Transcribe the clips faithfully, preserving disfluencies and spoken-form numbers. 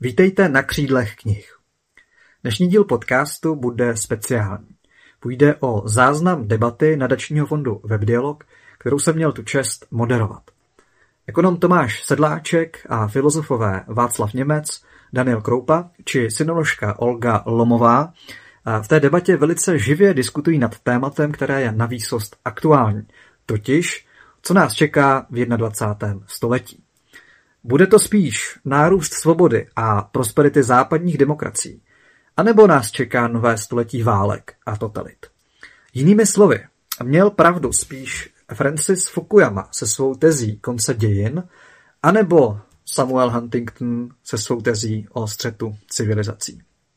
Vítejte na křídlech knih. Dnešní díl podcastu bude speciální. Půjde o záznam debaty nadačního fondu Webdialog, kterou jsem měl tu čest moderovat. Ekonom Tomáš Sedláček a filozofové Václav Němec, Daniel Kroupa či synoložka Olga Lomová v té debatě velice živě diskutují nad tématem, které je navýsost aktuální, totiž co nás čeká v dvacátém prvním století. Bude to spíš nárůst svobody a prosperity západních demokracií, anebo nás čeká nové století válek a totalit. Jinými slovy, měl pravdu spíš Francis Fukuyama se svou tezí konce dějin, anebo Samuel Huntington se svou tezí o střetu civilizací.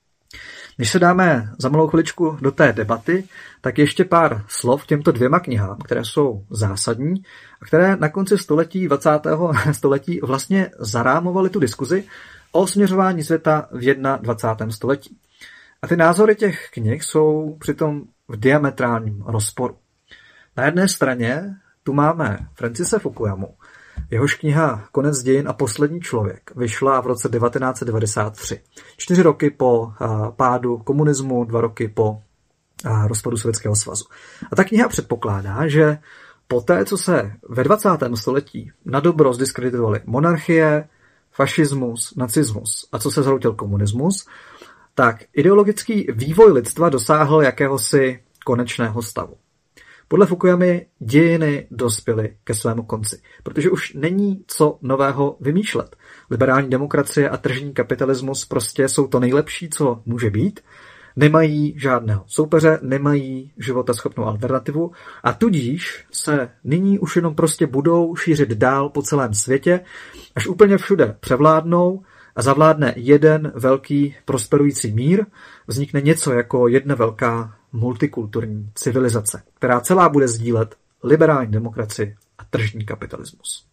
Než se dáme za malou chviličku do té debaty, tak ještě pár slov k těmto dvěma knihám, které jsou zásadní a které na konci století, dvacátého století vlastně zarámovaly tu diskuzi o směřování světa v dvacátém prvním století. A ty názory těch knih jsou přitom v diametrálním rozporu. Na jedné straně tu máme Francise Fukuyamu, jehož kniha Konec dějin a poslední člověk vyšla v roce devatenáct set devadesát tři. Čtyři roky po pádu komunismu, dva roky po rozpadu Sovětského svazu. A ta kniha předpokládá, že poté, co se ve dvacátém století na dobro zdiskreditovaly monarchie, fašismus, nacismus a co se zhroutil komunismus, tak ideologický vývoj lidstva dosáhl jakéhosi konečného stavu. Podle Fukuyamy dějiny dospěly ke svému konci, protože už není co nového vymýšlet. Liberální demokracie a tržní kapitalismus prostě jsou to nejlepší, co může být. Nemají žádného soupeře, nemají životaschopnou alternativu a tudíž se nyní už jenom prostě budou šířit dál po celém světě, až úplně všude převládnou a zavládne jeden velký prosperující mír, vznikne něco jako jedna velká multikulturní civilizace, která celá bude sdílet liberální demokracii a tržní kapitalismus.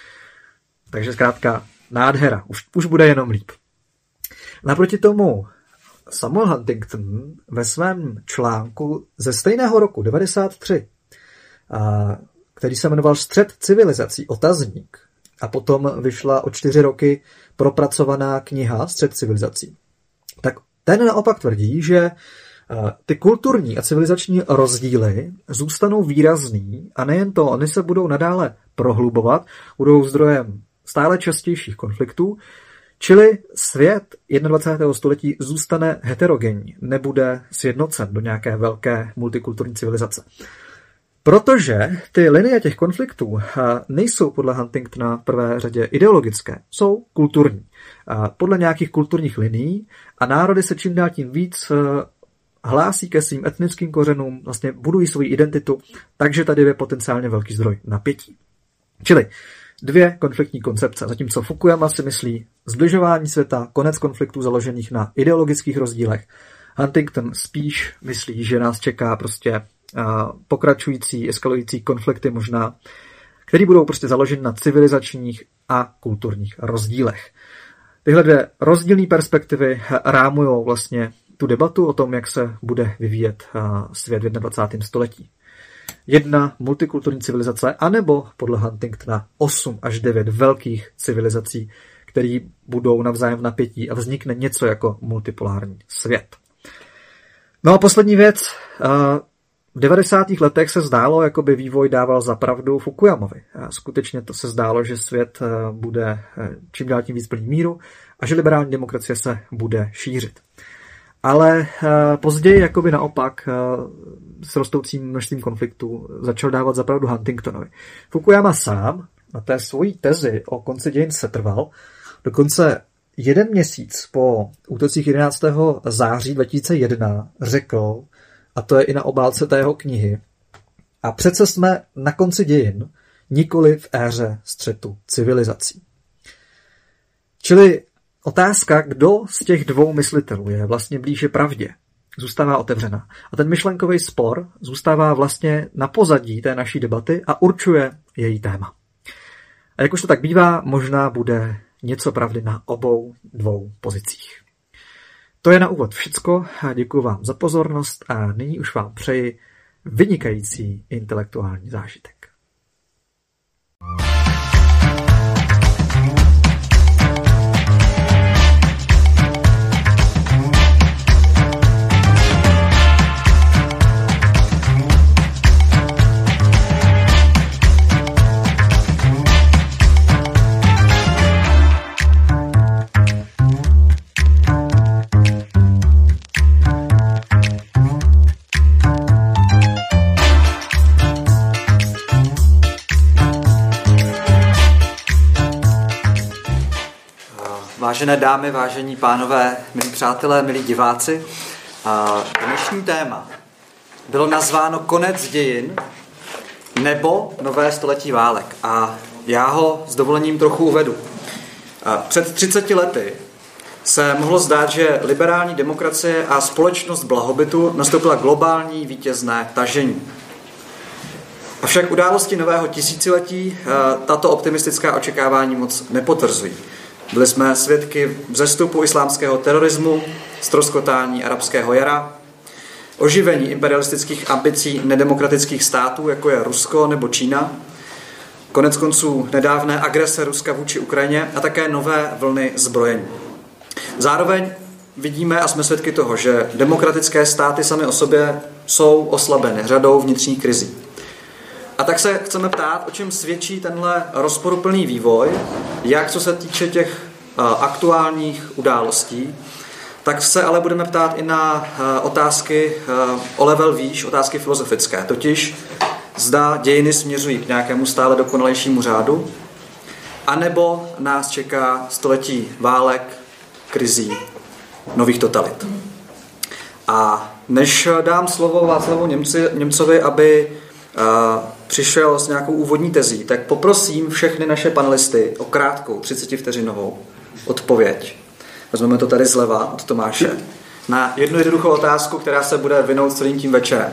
Takže zkrátka nádhera, už, už bude jenom líp. Naproti tomu Samuel Huntington ve svém článku ze stejného roku devadesát tři, který se jmenoval Střet civilizací, otazník, a potom vyšla o čtyři roky propracovaná kniha Střet civilizací, tak ten naopak tvrdí, že ty kulturní a civilizační rozdíly zůstanou výrazný a nejen to, oni se budou nadále prohlubovat, budou zdrojem stále častějších konfliktů, čili svět dvacátého prvního století zůstane heterogenní, nebude sjednocen do nějaké velké multikulturní civilizace. Protože ty linie těch konfliktů nejsou podle Huntingtona v prvé řadě ideologické, jsou kulturní. Podle nějakých kulturních linií a národy se čím dál tím víc hlásí ke svým etnickým kořenům, vlastně budují svoji identitu, takže tady je potenciálně velký zdroj napětí. Čili dvě konfliktní koncepce, zatímco Fukuyama si myslí zbližování světa, konec konfliktů založených na ideologických rozdílech, Huntington spíš myslí, že nás čeká prostě pokračující, eskalující konflikty možná, které budou prostě založeny na civilizačních a kulturních rozdílech. Tyhle dvě rozdílné perspektivy rámují vlastně tu debatu o tom, jak se bude vyvíjet svět v dvacátém prvním století. Jedna multikulturní civilizace, anebo podle Huntingtona osm až devět velkých civilizací, které budou navzájem v napětí a vznikne něco jako multipolární svět. No a poslední věc. V devadesátých letech se zdálo, jako by vývoj dával za pravdu Fukuyamovi. Skutečně to se zdálo, že svět bude čím dál tím víc plný míru a že liberální demokracie se bude šířit. Ale později jakoby naopak s rostoucím množstvím konfliktů začal dávat za pravdu Huntingtonovi. Fukuyama sám na té svojí tezi o konci dějin setrval, dokonce jeden měsíc po útocích jedenáctého září dva tisíce jedna řekl, a to je i na obálce té jeho knihy, a přece jsme na konci dějin, nikoli v éře střetu civilizací. Čili otázka, kdo z těch dvou myslitelů je vlastně blíže pravdě, zůstává otevřená. A ten myšlenkový spor zůstává vlastně na pozadí té naší debaty a určuje její téma. A jak už to tak bývá, možná bude něco pravdy na obou dvou pozicích. To je na úvod všecko. Děkuji vám za pozornost a nyní už vám přeji vynikající intelektuální zážitek. Vážené dámy, vážení pánové, milí přátelé, milí diváci, dnešní téma bylo nazváno Konec dějin nebo Nové století válek. A já ho s dovolením trochu uvedu. Před třiceti lety se mohlo zdát, že liberální demokracie a společnost blahobytu nastoupila globální vítězné tažení. Avšak události nového tisíciletí tato optimistická očekávání moc nepotvrzují. Byli jsme svědky vzestupu islámského terorismu, ztroskotání arabského jara, oživení imperialistických ambicí nedemokratických států, jako je Rusko nebo Čína, konec konců nedávné agrese Ruska vůči Ukrajině a také nové vlny zbrojení. Zároveň vidíme a jsme svědky toho, že demokratické státy samy o sobě jsou oslabeny řadou vnitřních krizí. A tak se chceme ptát, o čem svědčí tenhle rozporuplný vývoj, jak co se týče těch uh, aktuálních událostí, tak se ale budeme ptát i na uh, otázky uh, o level výš, otázky filozofické, totiž zda dějiny směřují k nějakému stále dokonalejšímu řádu, anebo nás čeká století válek, krizí, nových totalit. A než dám slovo Václavu Němci, Němcovi, aby uh, přišel s nějakou úvodní tezí, tak poprosím všechny naše panelisty o krátkou třicetivteřinovou odpověď. Vezmeme to tady zleva od Tomáše. Na jednu jednoduchou otázku, která se bude vinout celým tím večerem.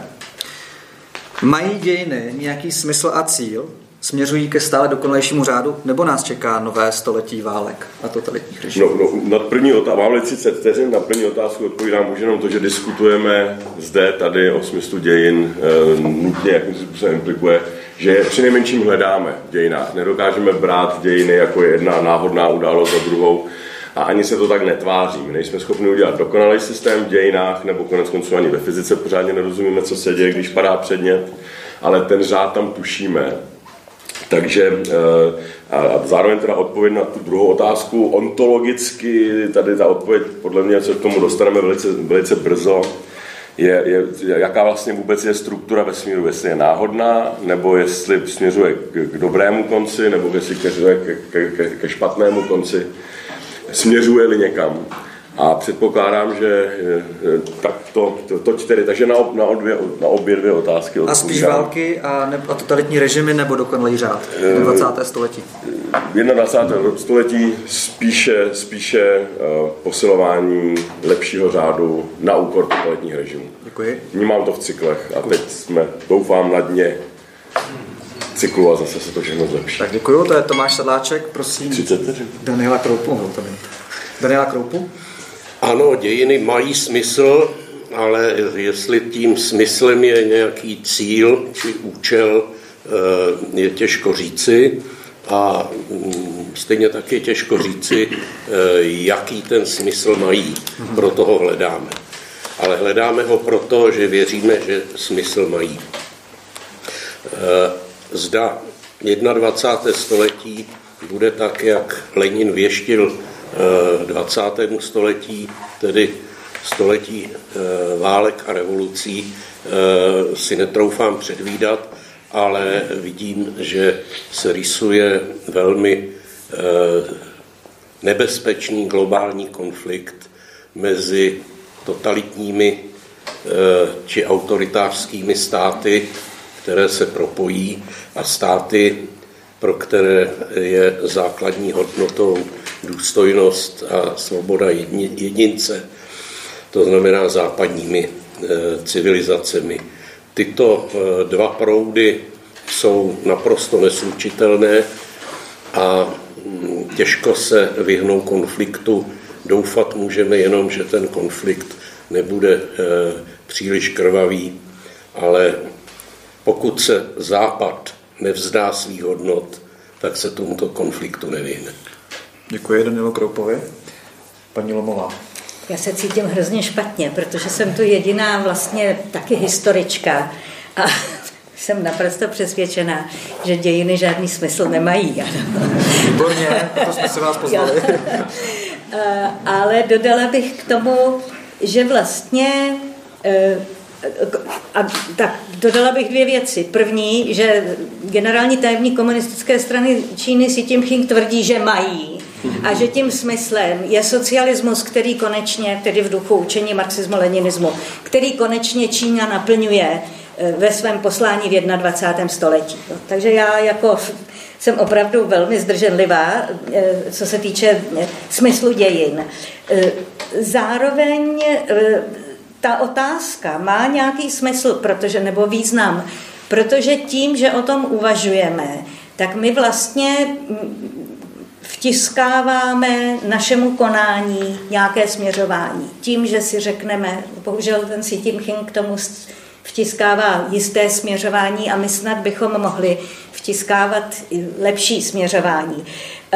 Mají dějiny nějaký smysl a cíl? Směřují ke stále dokonalejšímu řádu? Nebo nás čeká nové století válek a totalitních režimů? No, no, na první otázku, mám-li třicet vteřin, na první otázku odpovídám už jenom to, že diskutujeme zde, tady o smyslu dějin e, nutně, jakým způsobem implikuje, že přinejmenším hledáme v dějinách. Nedokážeme brát dějiny jako jedna náhodná událost za druhou a ani se to tak netváří. My nejsme schopni udělat dokonalý systém v dějinách, nebo konec konců ani ve fyzice pořádně nerozumíme, co se děje, když padá předmět, ale ten řád tam tušíme. Takže a zároveň teda odpověď na tu druhou otázku ontologicky, tady ta odpověď, podle mě se k tomu dostaneme velice, velice brzo, je, je, jaká vlastně vůbec je struktura vesmíru, jestli je náhodná, nebo jestli směřuje k, k dobrému konci, nebo jestli směřuje ke, ke, ke špatnému konci, směřuje-li někam. A předpokládám, že tak to, to, to čtyři, takže na, na, obě, na obě dvě otázky odpovídám. A spíš války a, ne, a totalitní režimy nebo dokonalý řád dvacátého století? dvacátého prvního století spíše, spíše uh, posilování lepšího řádu na úkor totalitních režimů. Děkuji. Vnímám to v cyklech a teď jsme, doufám, na dně cyklu a zase se to všechno zlepší. Tak děkuju, to je Tomáš Sedláček, prosím. třicet vteřin. Daniela Kroupu. Daniela Kroupu. Ano, dějiny mají smysl, ale jestli tím smyslem je nějaký cíl či účel, je těžko říci a stejně tak je těžko říci, jaký ten smysl mají. Proto ho hledáme. Ale hledáme ho proto, že věříme, že smysl mají. Zda dvacátého prvního století bude tak, jak Lenin věštil dvacátému století, tedy století válek a revolucí, si netroufám předvídat, ale vidím, že se rýsuje velmi nebezpečný globální konflikt mezi totalitními či autoritářskými státy, které se propojí, a státy, pro které je základní hodnotou důstojnost a svoboda jedince, to znamená západními civilizacemi. Tyto dva proudy jsou naprosto neslučitelné a těžko se vyhnou konfliktu. Doufat můžeme jenom, že ten konflikt nebude příliš krvavý, ale pokud se Západ nevzdá svých hodnot, tak se tomuto konfliktu nevyhne. Děkuji Danielu Kroupovi. Paní Lomová. Já se cítím hrozně špatně, protože jsem tu jediná vlastně taky historička a jsem naprosto přesvědčená, že dějiny žádný smysl nemají. Výborně, to jsme si vás pozvali. Ale dodala bych k tomu, že vlastně a tak dodala bych dvě věci. První, že generální tajemník komunistické strany Číny Xi Jinping tvrdí, že mají A že tím smyslem je socialismus, který konečně, tedy v duchu učení marxismu-leninismu, který konečně Čína naplňuje ve svém poslání v dvacátém prvním století. Takže já jako jsem opravdu velmi zdrženlivá, co se týče smyslu dějin. Zároveň ta otázka má nějaký smysl, protože, nebo význam, protože tím, že o tom uvažujeme, tak my vlastně vtiskáváme našemu konání nějaké směřování. Tím, že si řekneme, bohužel ten Xi Jinping k tomu vtiskává jisté směřování a my snad bychom mohli vtiskávat lepší směřování.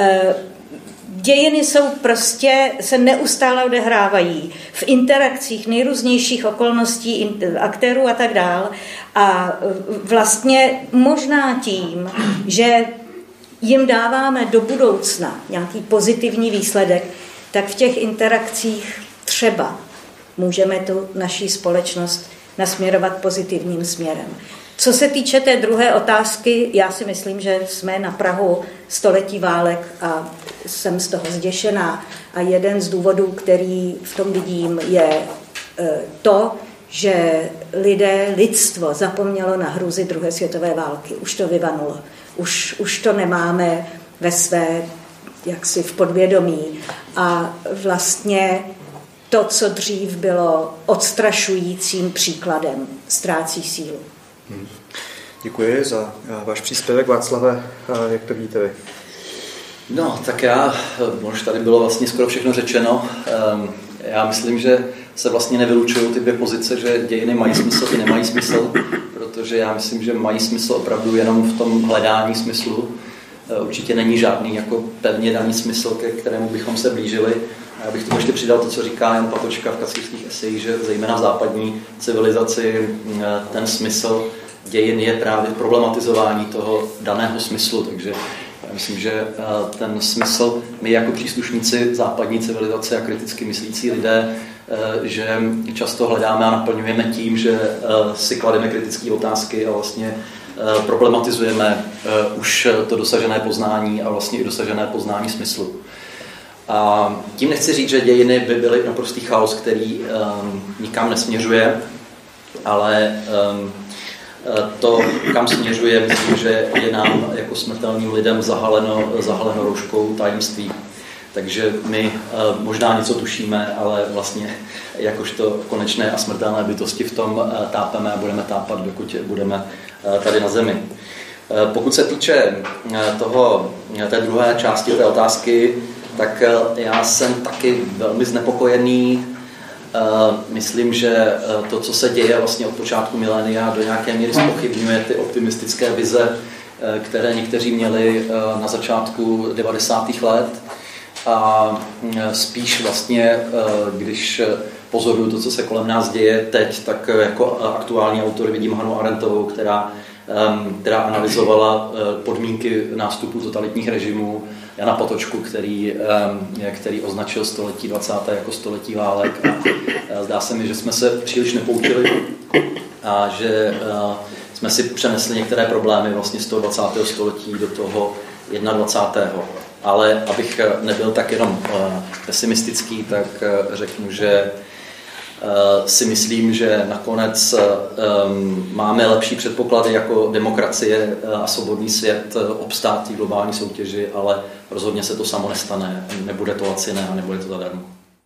Dějiny jsou prostě, se neustále odehrávají v interakcích nejrůznějších okolností, aktérů a tak dál. A vlastně možná tím, že jim dáváme do budoucna nějaký pozitivní výsledek, tak v těch interakcích třeba můžeme tu naší společnost nasměrovat pozitivním směrem. Co se týče té druhé otázky, já si myslím, že jsme na prahu století válek a jsem z toho zděšená. A jeden z důvodů, který v tom vidím, je to, že lidé, lidstvo zapomnělo na hrůzy druhé světové války. Už to vyvanulo. Už, už to nemáme ve své, jaksi v podvědomí. A vlastně to, co dřív bylo odstrašujícím příkladem, ztrácí sílu. Hmm. Děkuji za váš příspěvek. Václave, jak to vidíte vy? No, tak já, už tady bylo vlastně skoro všechno řečeno. Já myslím, že se vlastně nevylučují ty dvě pozice, že dějiny mají smysl i nemají smysl, protože já myslím, že mají smysl opravdu jenom v tom hledání smyslu. Určitě není žádný jako pevně daný smysl, ke kterému bychom se blížili. Já bych to ještě přidal to, co říká Jan Patočka v kacířských esejích, že zejména v západní civilizaci ten smysl dějin je právě v problematizování toho daného smyslu. Takže já myslím, že ten smysl my jako příslušníci západní civilizace a kriticky myslící lidé, že často hledáme a naplňujeme tím, že si klademe kritické otázky a vlastně problematizujeme už to dosažené poznání a vlastně i dosažené poznání smyslu. A tím nechci říct, že dějiny by byly naprostý chaos, který um, nikam nesměřuje, ale um, to, kam směřuje, myslím, že je nám jako smrtelným lidem zahaleno, zahaleno rouškou tajemství. Takže my uh, možná něco tušíme, ale vlastně jakožto konečné a smrtelné bytosti v tom uh, tápeme a budeme tápat, dokud budeme uh, tady na zemi. Uh, pokud se týče uh, toho, té druhé části té otázky, tak já jsem taky velmi znepokojený. Myslím, že to, co se děje vlastně od počátku milénia, do nějaké míry zpochybňuje ty optimistické vize, které někteří měli na začátku devadesátých let. A spíš vlastně, když pozoruju to, co se kolem nás děje teď, tak jako aktuální autor vidím Hanu Arendtovou, která která analyzovala podmínky nástupu totalitních režimů, Jana Patočku, který, který označil století dvacáté jako století válek. A zdá se mi, že jsme se příliš nepoučili a že jsme si přenesli některé problémy vlastně z toho dvacátého století do toho dvacátého prvního Ale abych nebyl tak jenom pesimistický, tak řeknu, že si myslím, že nakonec máme lepší předpoklady jako demokracie a svobodný svět obstát v globální soutěži, ale rozhodně se to samo nestane, nebude to laciné a nebude to zadarmo.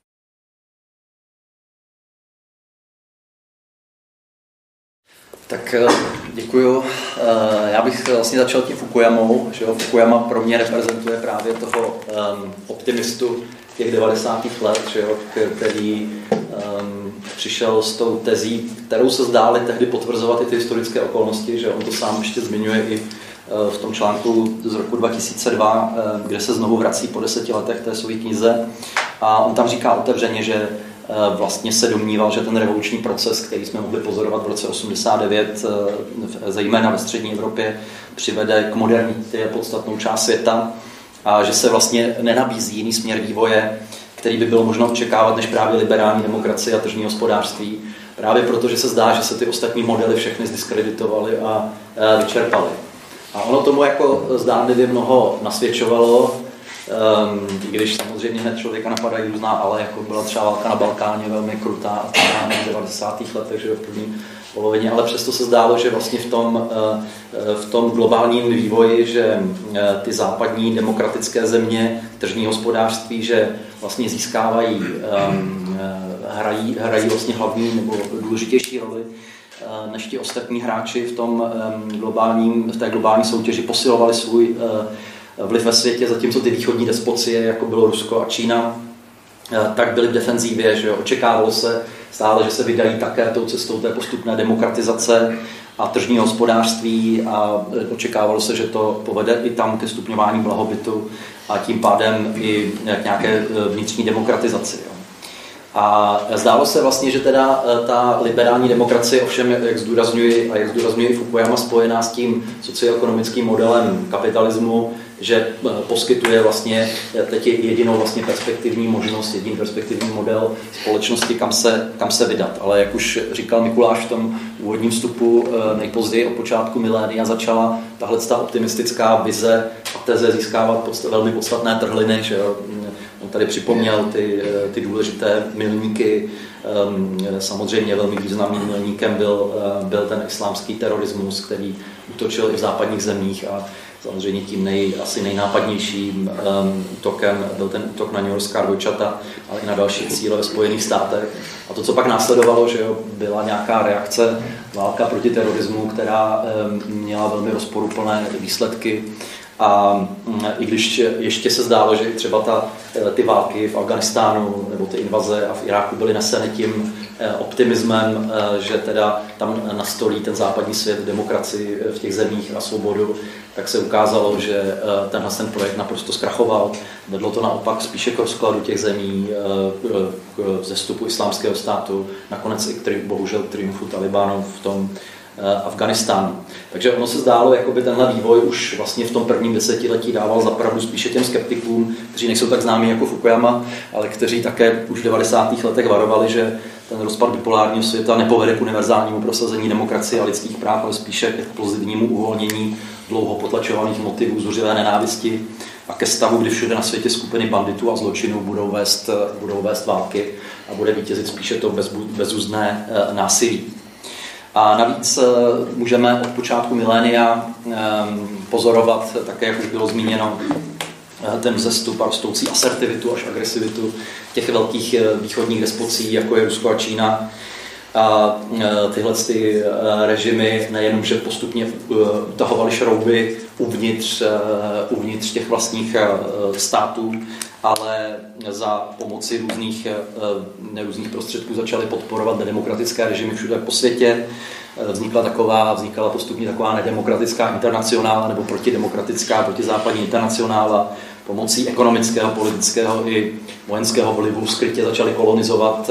Tak děkuju. Já bych vlastně začal tím Fukuyamou. Že jo? Fukuyama pro mě reprezentuje právě toho optimistu těch devadesátých let, že jo? Který um, přišel s tou tezí, kterou se zdály tehdy potvrzovat i ty historické okolnosti, že on to sám ještě zmiňuje i uh, v tom článku z roku dva tisíce dva, uh, kde se znovu vrací po deseti letech té své knize. A on tam říká otevřeně, že uh, vlastně se domníval, že ten revoluční proces, který jsme mohli pozorovat v roce osmdesát devět, uh, zejména ve střední Evropě, přivede k modernitě podstatnou část světa a že se vlastně nenabízí jiný směr vývoje, který by bylo možno očekávat než právě liberální demokracie a tržní hospodářství. Právě proto, že se zdá, že se ty ostatní modely všechny zdiskreditovaly a vyčerpaly. A ono tomu jako zdánlivě mnoho nasvědčovalo I když samozřejmě hned člověka napadají různá ale, jako byla třeba válka na Balkáně velmi krutá v devadesátých letech, že v první polovině, ale přesto se zdálo, že vlastně v tom, v tom globálním vývoji, že ty západní demokratické země, tržní hospodářství, že vlastně získávají, hrají, hrají vlastně hlavní nebo důležitější roli než ti ostatní hráči v tom globálním, v té globální soutěži, posilovali svůj vliv ve světě, zatímco ty východní despocie, jako bylo Rusko a Čína, tak byly v defenzívě, že jo. Očekávalo se stále, že se vydají také tou cestou té postupné demokratizace a tržního hospodářství a očekávalo se, že to povede i tam ke stupňování blahobytu a tím pádem i k nějaké vnitřní demokratizaci. Jo. A zdálo se vlastně, že teda ta liberální demokracie, ovšem, jak zdůrazňuji a jak zdůrazňuji i Fukuyama, spojená s tím socioekonomickým modelem kapitalismu, že poskytuje vlastně teď jedinou vlastně perspektivní možnost, jediný perspektivní model společnosti, kam se, kam se vydat. Ale jak už říkal Mikuláš v tom úvodním vstupu, nejpozději od počátku milénia začala tahle optimistická vize a teze získávat podst- velmi podstatné trhliny, že on tady připomněl ty, ty důležité milníky. Samozřejmě velmi významným milníkem byl, byl ten islámský terorismus, který útočil i v západních zemích a samozřejmě tím nej, asi nejnápadnějším um, útokem byl ten útok na newyorská dvojčata, ale i na další cíle ve Spojených státech. A to, co pak následovalo, že jo, byla nějaká reakce, válka proti terorismu, která um, měla velmi rozporuplné výsledky. A um, i když ještě se zdálo, že třeba ta, ty války v Afghánistánu nebo ty invaze a v Iráku byly neseny tím optimismem, že teda tam nastolí ten západní svět demokracii v těch zemích a svobodu, tak se ukázalo, že tenhle ten projekt naprosto zkrachoval. Vedlo to naopak spíše k rozkladu těch zemí, k vzestupu islámského státu, nakonec i k, bohužel k triumfu Talibánu v tom Afghánistánu. Takže ono se zdálo, jako by tenhle vývoj už vlastně v tom prvním desetiletí dával zapravdu spíše těm skeptikům, kteří nejsou tak známí jako Fukuyama, ale kteří také už v devadesátých letech varovali, že ten rozpad bipolárního světa nepovede k univerzálnímu prosazení demokracie a lidských práv, ale spíše k explozivnímu uvolnění dlouho potlačovaných motivů zuřivé nenávisti a ke stavu, kdy všude na světě skupiny banditů a zločinů budou vést, budou vést války a bude vítězit spíše to bez, bezúzné násilí. A navíc můžeme od počátku milénia pozorovat, také jak už bylo zmíněno, ten vzestup a rostoucí asertivitu až agresivitu těch velkých východních despocí, jako je Rusko a Čína. A tyhle ty režimy nejenom, že postupně utahovaly šrouby uvnitř, uvnitř těch vlastních států, ale za pomoci různých, různých prostředků začaly podporovat nedemokratické režimy všude po světě. Vznikla taková, vznikala postupně taková nedemokratická internacionála nebo protidemokratická, protizápadní internacionála. Pomocí ekonomického, politického i vojenského vlivu skrytě začaly kolonizovat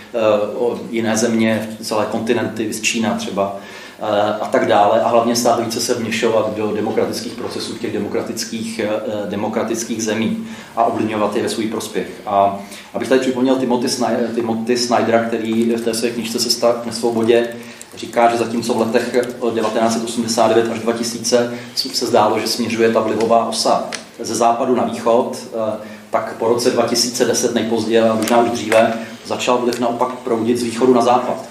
jiné země, celé kontinenty, z Čína třeba a tak dále. A hlavně stále více se vměšovat do demokratických procesů v těch demokratických, demokratických zemí a ovlivňovat je ve svůj prospěch. A abych tady připomněl Timothy Snyder, Timothy Snydera, který v té své knížce Cesta k svobodě říká, že zatímco v letech devatenáct set osmdesát devět až dva tisíce se zdálo, že směřuje ta vlivová osa ze západu na východ, tak po roce dva tisíce deset nejpozději, a možná už dříve, začal vliv naopak proudit z východu na západ.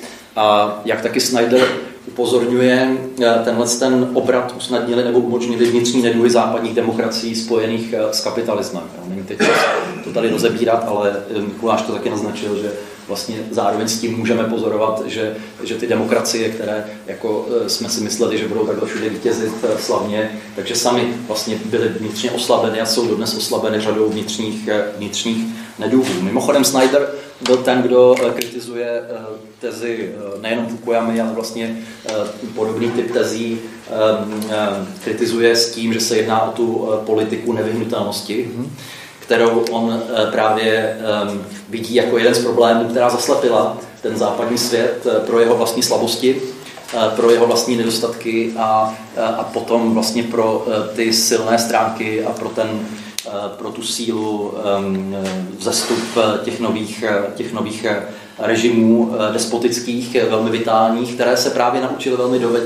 A jak taky Snyder upozorňuje, tenhle ten obrat usnadnili nebo umožnili vnitřní neduhy západních demokracií spojených s kapitalismem. Není teď čas to tady rozebírat, ale Mikuláš to taky naznačil, že vlastně zároveň s tím můžeme pozorovat, že, že ty demokracie, které jako jsme si mysleli, že budou takhle všude vítězit slavně, takže sami vlastně byly vnitřně oslabeny a jsou dodnes oslabeny řadou vnitřních, vnitřních neduhů. Mimochodem Snyder byl ten, kdo kritizuje tezi nejenom Fukuyamy, ale vlastně podobný typ tezí kritizuje s tím, že se jedná o tu politiku nevyhnutelnosti, kterou on právě vidí jako jeden z problémů, která zaslepila ten západní svět pro jeho vlastní slabosti, pro jeho vlastní nedostatky a, a potom vlastně pro ty silné stránky a pro, ten, pro tu sílu vzestup těch nových, těch nových režimů despotických, velmi vitálních, které se právě naučily velmi dovedně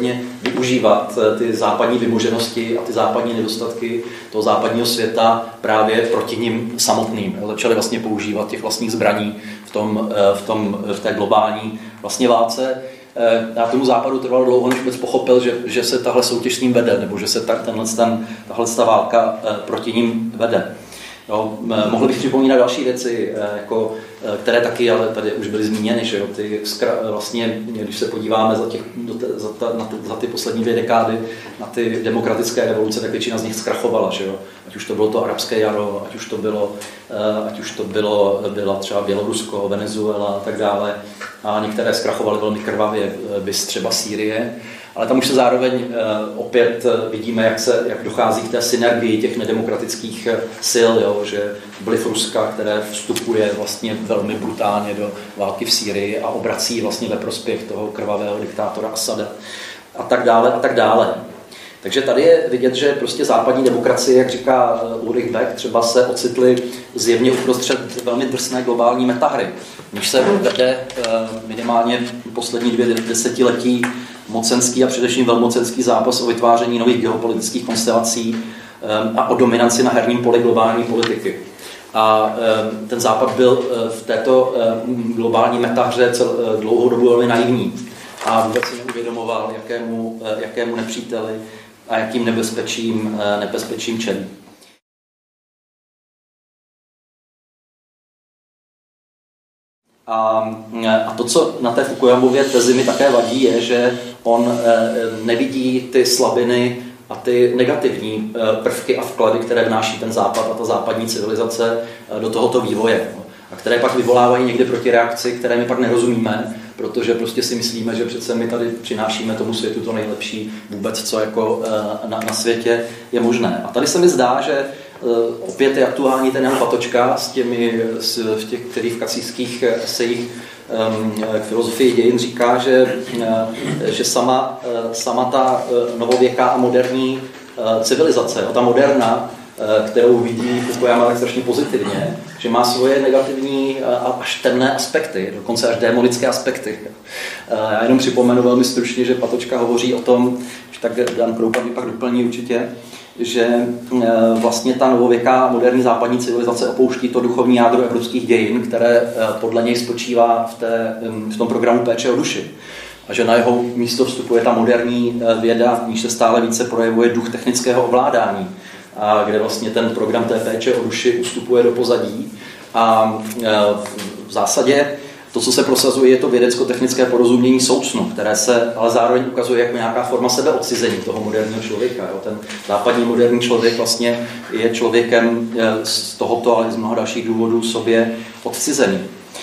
využívat ty západní vymoženosti a ty západní nedostatky toho západního světa právě proti nim samotným. Začali vlastně používat těch vlastních zbraní v, tom, v, tom, v té globální vlastně válce. Já tomu západu trvalo dlouho, než vůbec pochopil, že, že se tahle soutěž s ním vede, nebo že se ta, tenhle, ten, tahle ta válka proti ním vede. No, mohli bych připomínat další věci, jako, které taky, ale tady už byly zmíněny, že jo, ty skra, vlastně, když se podíváme za, těch, za, ta, na ty, za ty poslední dvě dekády na ty demokratické revoluce, tak většina z nich zkrachovala, že jo. Ať už to bylo to arabské jaro, ať už to bylo, ať už to bylo, byla třeba Bělorusko, Venezuela a tak dále. A některé zkrachovaly velmi krvavě, bys třeba Sýrie. Ale tam už se zároveň uh, opět uh, vidíme, jak, se, jak dochází k té synergii těch nedemokratických uh, sil, jo, že vliv Ruska, které vstupuje vlastně velmi brutálně do války v Sýrii a obrací vlastně ve prospěch toho krvavého diktátora Asada a tak dále a tak dále. Takže tady je vidět, že prostě západní demokracie, jak říká Ulrich Beck, třeba se ocitly zjevně uprostřed velmi drsné globální metahry, když se vede minimálně poslední dvě desetiletí mocenský a především velmocenský zápas o vytváření nových geopolitických konstelací a o dominanci na herním poli globální politiky. A ten západ byl v této globální metahře dlouhou dobu velmi naivní a vůbec si neuvědomoval, jakému, jakému nepříteli a jakým nebezpečím, nebezpečím čelí. A, a to, co na té Fukuyamově tezi mi také vadí, je, že on nevidí ty slabiny a ty negativní prvky a vklady, které vnáší ten západ a ta západní civilizace do tohoto vývoje. A které pak vyvolávají někdy protireakci, které my pak nerozumíme, protože prostě si myslíme, že přece my tady přinášíme tomu světu to nejlepší vůbec, co jako na, na světě je možné. A tady se mi zdá, že opět je aktuální ten Jan Patočka s těmi, v těch, který v kacířských esejích k filozofii dějin říká, že, že sama, sama ta novověká a moderní civilizace, ta moderna, kterou vidí Fukuyama tak strašně pozitivně, že má svoje negativní a až temné aspekty, dokonce až démonické aspekty. Já jenom připomenu velmi stručně, že Patočka hovoří o tom, že tak Dan Kroupa mi pak doplní určitě, že vlastně ta novověká moderní západní civilizace opouští to duchovní jádro evropských dějin, které podle něj spočívá v, té, v tom programu péče o duši. A že na jeho místo vstupuje ta moderní věda, v níž se stále více projevuje duch technického ovládání, a kde vlastně ten program té péče o duši ustupuje do pozadí. A v zásadě to, co se prosazuje, je to vědecko-technické porozumění soucnu, které se ale zároveň ukazuje jako nějaká forma sebeodcizení toho moderního člověka. Jo. Ten západní moderní člověk vlastně je člověkem z tohoto, ale z mnoha dalších důvodů sobě odcizený.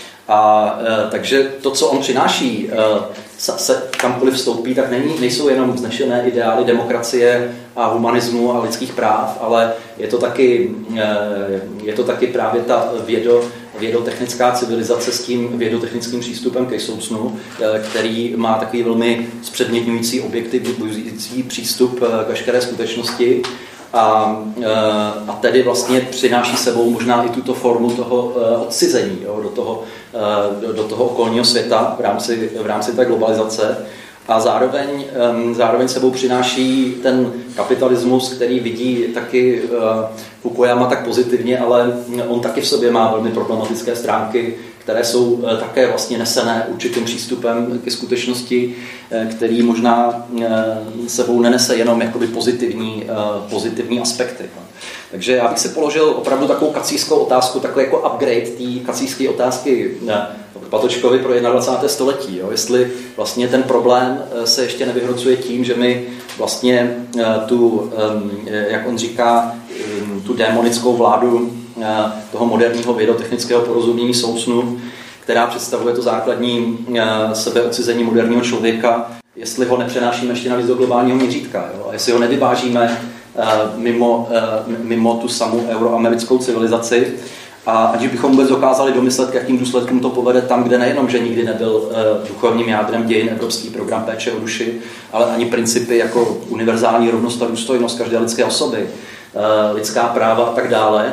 A e, takže to, co on přináší, e, se kamkoliv vstoupí, tak není, nejsou jenom vznešené ideály demokracie a humanismu a lidských práv, ale je to taky, e, je to taky právě ta vědo, vědotechnická civilizace s tím vědotechnickým přístupem ke soucnu, e, který má takový velmi zpředmětňující objektivující přístup k veškeré skutečnosti. A, a tedy vlastně přináší sebou možná i tuto formu toho odcizení, jo, do, toho, do, do toho okolního světa v rámci, v rámci té globalizace. A zároveň, zároveň sebou přináší ten kapitalismus, který vidí taky Fukuyama tak pozitivně, ale on taky v sobě má velmi problematické stránky, které jsou také vlastně nesené určitým přístupem ke skutečnosti, který možná sebou nenese jenom jakoby pozitivní, pozitivní aspekty. Takže já bych si položil opravdu takovou kacířskou otázku, takový jako upgrade té kacířské otázky Patočkovi pro dvacátého prvního století. Jo? Jestli vlastně ten problém se ještě nevyhrocuje tím, že my vlastně tu, jak on říká, tu démonickou vládu toho moderního vědotechnického porozumění soucnu, která představuje to základní sebeodcizení moderního člověka, jestli ho nepřenášíme ještě navíc do globálního měřítka, jo? A jestli ho nevyvážíme mimo, mimo tu samou euroamerickou civilizaci, a aniž bychom vůbec dokázali domyslet, k jakým důsledkům to povede tam, kde nejenom, že nikdy nebyl duchovním jádrem dějin evropský program péče o duši, ale ani principy jako univerzální rovnost a důstojnost každé lidské osoby, lidská práva a tak dále,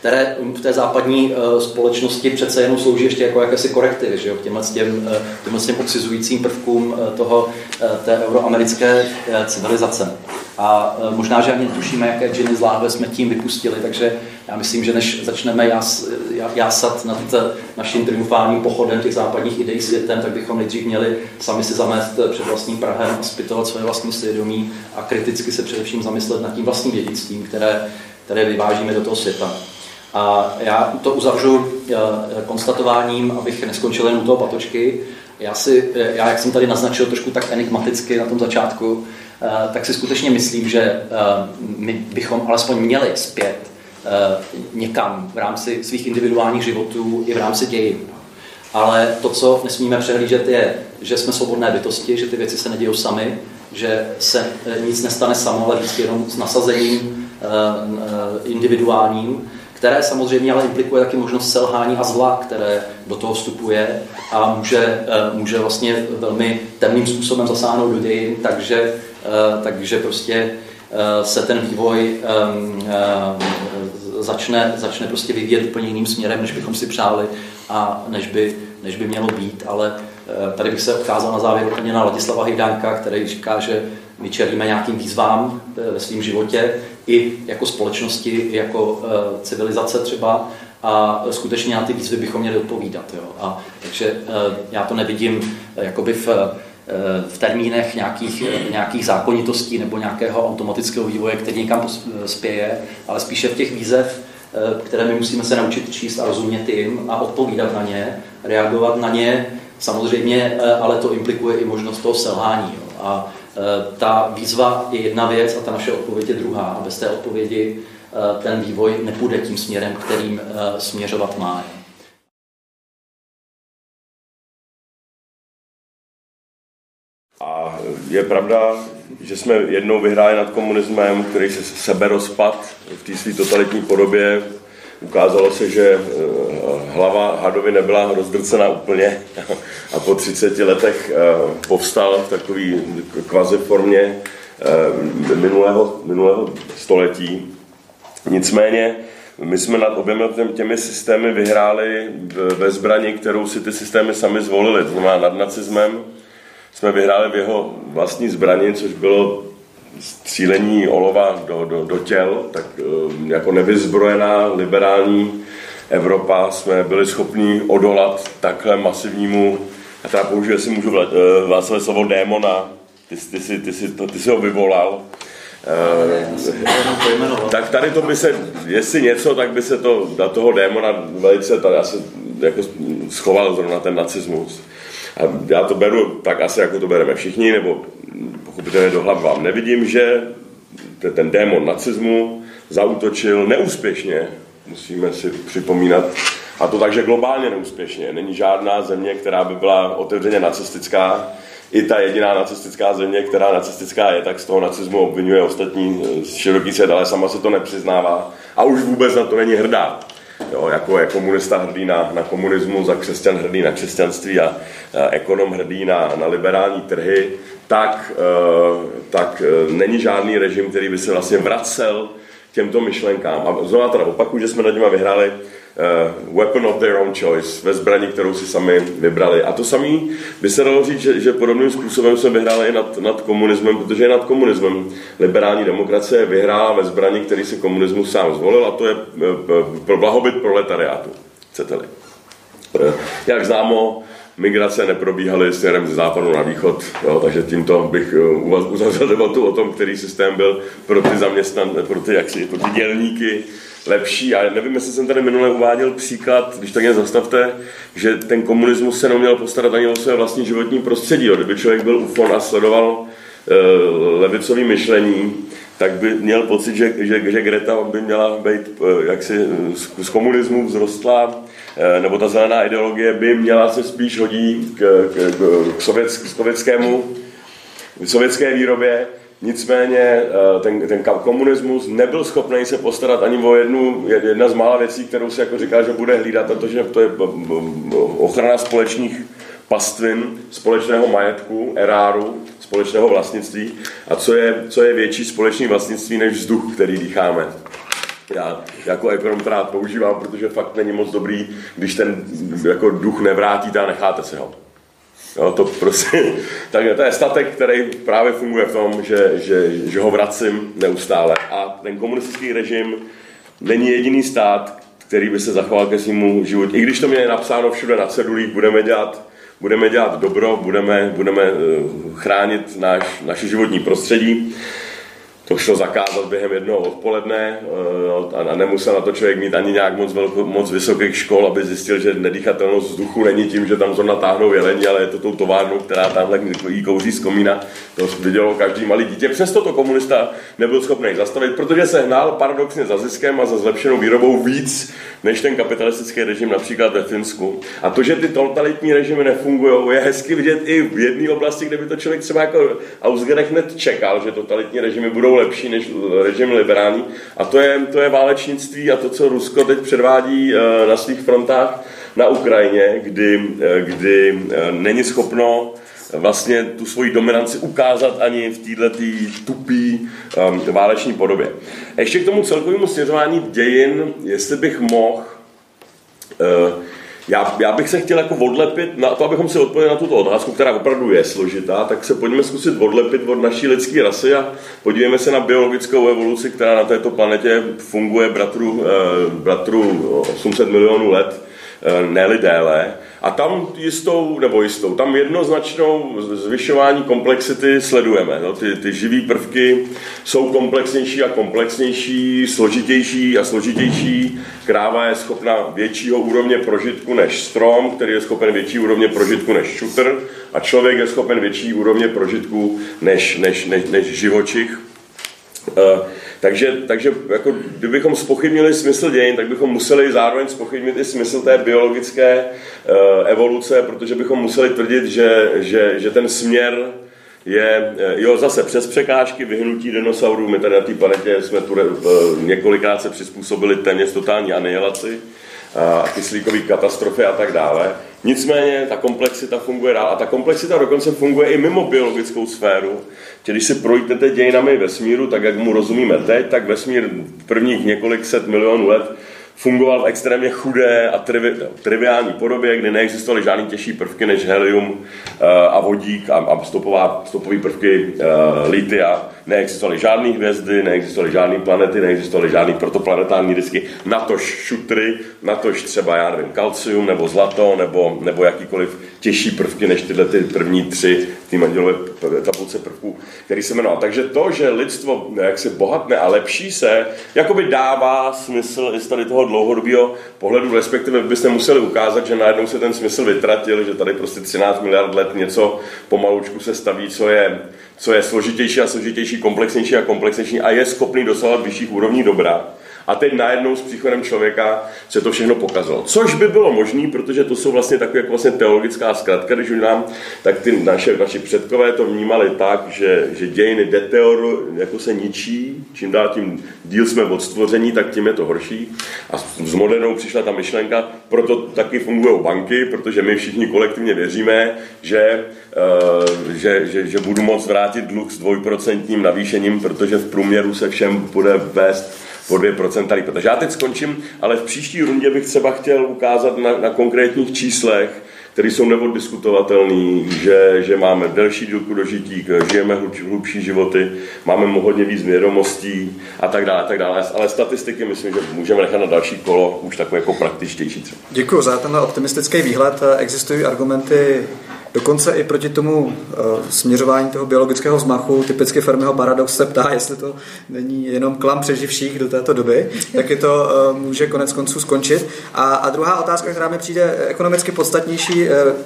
které v té západní společnosti přece jenom slouží ještě jako jakési korektivy, že jo, k těmhle těm, těmhle těm odcizujícím prvkům toho, té euroamerické civilizace. A možná, že ani netušíme, jaké džiny z láhve jsme tím vypustili, takže já myslím, že než začneme jas, jásat nad naším triumfálním pochodem těch západních ideí světem, tak bychom nejdřív měli sami si zamést před vlastním prahem a zpytovat své vlastní svědomí a kriticky se především zamyslet nad tím vlastním dědictvím, které, které vyvážíme do toho světa. A já to uzavřu konstatováním, abych neskončil jen u toho patočky. Já, si, já, jak jsem tady naznačil trošku tak enigmaticky na tom začátku, tak si skutečně myslím, že my bychom alespoň měli zpět někam v rámci svých individuálních životů i v rámci dějin. Ale to, co nesmíme přehlížet, je, že jsme svobodné bytosti, že ty věci se nedějou sami, že se nic nestane samo, ale vždycky jenom s nasazením individuálním, které samozřejmě ale implikuje taky možnost selhání a zla, které do toho vstupuje a může, může vlastně velmi temným způsobem zasáhnout do dějin, takže, takže prostě se ten vývoj začne, začne prostě vyvíjet úplně jiným směrem, než bychom si přáli a než by, než by mělo být. Ale tady bych se odkázal na závěr úplně na Ladislava Hejdánka, který říká, že my čelíme nějakým výzvám ve svém životě i jako společnosti, i jako civilizace třeba a skutečně na ty výzvy bychom měli odpovídat. Jo. A takže já to nevidím jakoby v, v termínech nějakých, nějakých zákonitostí nebo nějakého automatického vývoje, který někam spěje, ale spíše v těch výzev, které my musíme se naučit číst a rozumět jim a odpovídat na ně, reagovat na ně. Samozřejmě, ale to implikuje i možnost toho selhání. Jo. A ta výzva je jedna věc a ta naše odpověď je druhá. A bez té odpovědi ten vývoj nepůjde tím směrem, kterým směřovat má. A je pravda, že jsme jednou vyhráli nad komunismem, který se seberozpad v té své totalitní podobě. Ukázalo se, že hlava hadovi nebyla rozdrcená úplně a po třiceti letech povstal v takové kvazi formě minulého, minulého století. Nicméně my jsme nad oběma těmi systémy vyhráli ve zbrani, kterou si ty systémy sami zvolili. To znamená, nad nacismem jsme vyhráli v jeho vlastní zbrani, což bylo střílení olova do, do, do těl, tak jako nevyzbrojená liberální Evropa jsme byli schopni odolat takhle masivnímu, a teda použiju, jestli můžu Václavé slovo démona, ty, ty, ty, ty, ty, ty, ty jsi ho vyvolal. Uh, tak tady to by se, jestli něco, tak by se to na toho démona velice tady asi jako schoval zrovna ten nacismus. A já to beru tak asi, jako to bereme všichni, nebo pochopitelně do hlav vám nevidím, že ten démon nacismu zaútočil neúspěšně, musíme si připomínat, a to takže globálně neúspěšně. Není žádná země, která by byla otevřeně nacistická. I ta jediná nacistická země, která nacistická je, tak z toho nacismu obvinuje ostatní široký svět, ale sama se to nepřiznává a už vůbec na to není hrdá. Jo, jako je komunista hrdý na, na komunismus a křesťan hrdý na křesťanství a, a ekonom hrdý na, na liberální trhy, tak, uh, tak uh, není žádný režim, který by se vlastně vracel těmto myšlenkám. A znovu teda opakuju, že jsme nad nimi vyhráli uh, weapon of their own choice, ve zbraní, kterou si sami vybrali. A to samý by se dalo říct, že, že podobným způsobem jsme vyhráli i nad, nad komunismem, protože nad komunismem liberální demokracie vyhrála ve zbraní, který si komunismus sám zvolil, a to je pro blahobyt proletariátu, chcete-li. Jak známo, migrace neprobíhaly směrem ze západu na východ, jo, takže tímto bych uzavřel debatu o tom, který systém byl pro ty zaměstnané, pro ty, jaksi, pro ty dělníky lepší. A nevím, jestli jsem tady minule uváděl příklad, když tak mě zastavte, že ten komunismus se neměl postarat ani o své vlastní životní prostředí. Jo. Kdyby člověk byl ufon a sledoval e, levicové myšlení, tak by měl pocit, že, že, že Greta by měla být, jak si z, z komunismu vzrostla, nebo ta zelená ideologie by měla se spíš hodit k, k, k, sovětsk, k sovětskému, k sovětské výrobě. Nicméně ten, ten komunismus nebyl schopný se postarat ani o jednu, jedna z mála věcí, kterou si jako říká, že bude hlídat, a to, že to je ochrana společných pastvin, společného majetku, eráru, společného vlastnictví. A co je, co je větší společné vlastnictví než vzduch, který dýcháme? já jako ekonom rád používám, protože fakt není moc dobrý, když ten jako duch nevrátíte a necháte si ho. Jo, to prostě, tak to je statek, který právě funguje v tom, že, že, že ho vracím neustále. A ten komunistický režim není jediný stát, který by se zachoval ke svému životu. I když to mě je napsáno všude na cedulích, budeme dělat, budeme dělat dobro, budeme, budeme chránit náš, naše životní prostředí. To šlo zakázat během jednoho odpoledne a nemusel na to člověk mít ani nějak moc, velko, moc vysokých škol, aby zjistil, že nedýchatelnost vzduchu není tím, že tam zrovna táhnou jeleni, ale je to tou továrnou, která tamhle jí kouří z komína. To vidělo každý malý dítě. Přesto to komunista nebyl schopný zastavit, protože se hnal paradoxně za ziskem a za zlepšenou výrobou víc než ten kapitalistický režim například ve Finsku. A to, že ty totalitní režimy nefungují, je hezky vidět i v jedné oblasti, kde by to člověk třeba jako Ausgerech hned čekal, že totalitní režimy budou lepší než režim liberální. A to je, to je válečnictví a to, co Rusko teď předvádí na svých frontách na Ukrajině, kdy, kdy není schopno vlastně tu svoji dominanci ukázat ani v této tupý um, váleční podobě. Ještě k tomu celkovému směřování dějin, jestli bych mohl, uh, já, já bych se chtěl jako odlepit na to, abychom si odpověděli na tuto otázku, která opravdu je složitá, tak se pojďme zkusit odlepit od naší lidské rasy a podívejme se na biologickou evoluci, která na této planetě funguje bratru, uh, bratru osm set milionů let, ne-li déle. A tam jistou, nebo jistou, tam jednoznačnou zvyšování komplexity sledujeme. No, ty, ty živý prvky jsou komplexnější a komplexnější, složitější a složitější. Kráva je schopna většího úrovně prožitku než strom, který je schopen větší úrovně prožitku než šutr, a člověk je schopen větší úrovně prožitku než, než, než, než živočich. Uh, takže, takže jako, kdybychom zpochybnili smysl dějin, tak bychom museli zároveň zpochybnit i smysl té biologické uh, evoluce, protože bychom museli tvrdit, že, že, že ten směr je, jo, zase přes překážky vyhnutí dinosaurů. My tady na té planetě jsme tu uh, několikrát se přizpůsobili téměř totální anihilaci a kyslíkové katastrofy a tak dále. Nicméně ta komplexita funguje dál a ta komplexita dokonce funguje i mimo biologickou sféru. Když si projdete dějinami vesmíru, tak jak mu rozumíme teď, tak vesmír prvních několik set milionů let fungoval v extrémně chudé a trivi, triviální podobě, kdy neexistovaly žádný těžší prvky než helium uh, a vodík a, a stopová, stopové prvky uh, litia. Neexistovaly žádné hvězdy, neexistovaly žádné planety, neexistovaly žádné protoplanetární disky, natož šutry, natož třeba, já nevím, kalcium nebo zlato nebo, nebo jakýkoliv těžší prvky než tyhle ty první tři ty mandělové tabulce prvků, který se jmenoval. Takže to, že lidstvo jaksi bohatne a lepší se, jakoby dává smysl i z tady toho dlouhodobého pohledu, respektive byste museli ukázat, že najednou se ten smysl vytratil, že tady prostě třináct miliard let něco pomalučku se staví, co je, co je složitější a složitější, komplexnější a komplexnější a je schopný dosahovat vyšších úrovní dobra. A teď najednou s příchodem člověka se to všechno pokazalo. Což by bylo možné, protože to jsou vlastně takové jako vlastně teologická zkratka, když nám, tak ty naše, naši předkové to vnímali tak, že, že dějiny deteoru jako se ničí, čím dál tím díl jsme od stvoření, tak tím je to horší. A s modernou přišla ta myšlenka, proto taky fungují banky, protože my všichni kolektivně věříme, že, uh, že, že, že budu moct vrátit dluh s dvojprocentním navýšením, protože v průměru se všem bude vést po dvě procenta líp. Takže já teď skončím, ale v příští rundě bych třeba chtěl ukázat na, na konkrétních číslech, které jsou neoddiskutovatelné, že, že máme delší dílku dožití, žijeme hlubší životy, máme hodně víc vědomostí a tak dále, a tak dále. Ale statistiky myslím, že můžeme nechat na další kolo, už takové jako praktičtější třeba. Děkuji za tenhle optimistický výhled. Existují argumenty dokonce i proti tomu uh, směřování toho biologického zmachu. Typicky Fermiho paradox se ptá, jestli to není jenom klam přeživších do této doby, tak je to uh, může konec konců skončit. A, a druhá otázka, která mi přijde ekonomicky podstatnější, uh,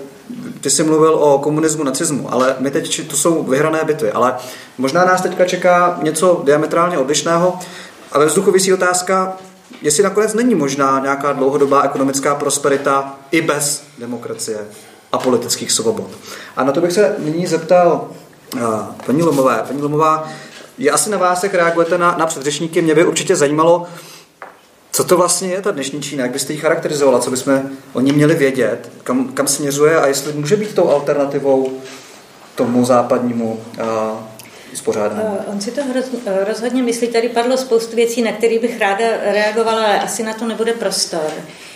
ty jsi mluvil o komunismu, nacismu, ale my teď, to jsou vyhrané bitvy, ale možná nás teďka čeká něco diametrálně odlišného a ve vzduchu visí otázka, jestli nakonec není možná nějaká dlouhodobá ekonomická prosperita i bez demokracie a politických svobod. A na to bych se nyní zeptal uh, paní Lomové. Paní Lomová, je asi na vás, jak reagujete na, na předřečníky, mě by určitě zajímalo, co to vlastně je ta dnešní Čína, jak byste ji charakterizovala, co bychom o ní měli vědět, kam, kam směřuje a jestli může být tou alternativou tomu západnímu uh, uspořádání. On si to rozhodně myslí, tady padlo spoustu věcí, na které bych ráda reagovala, ale asi na to nebude prostor.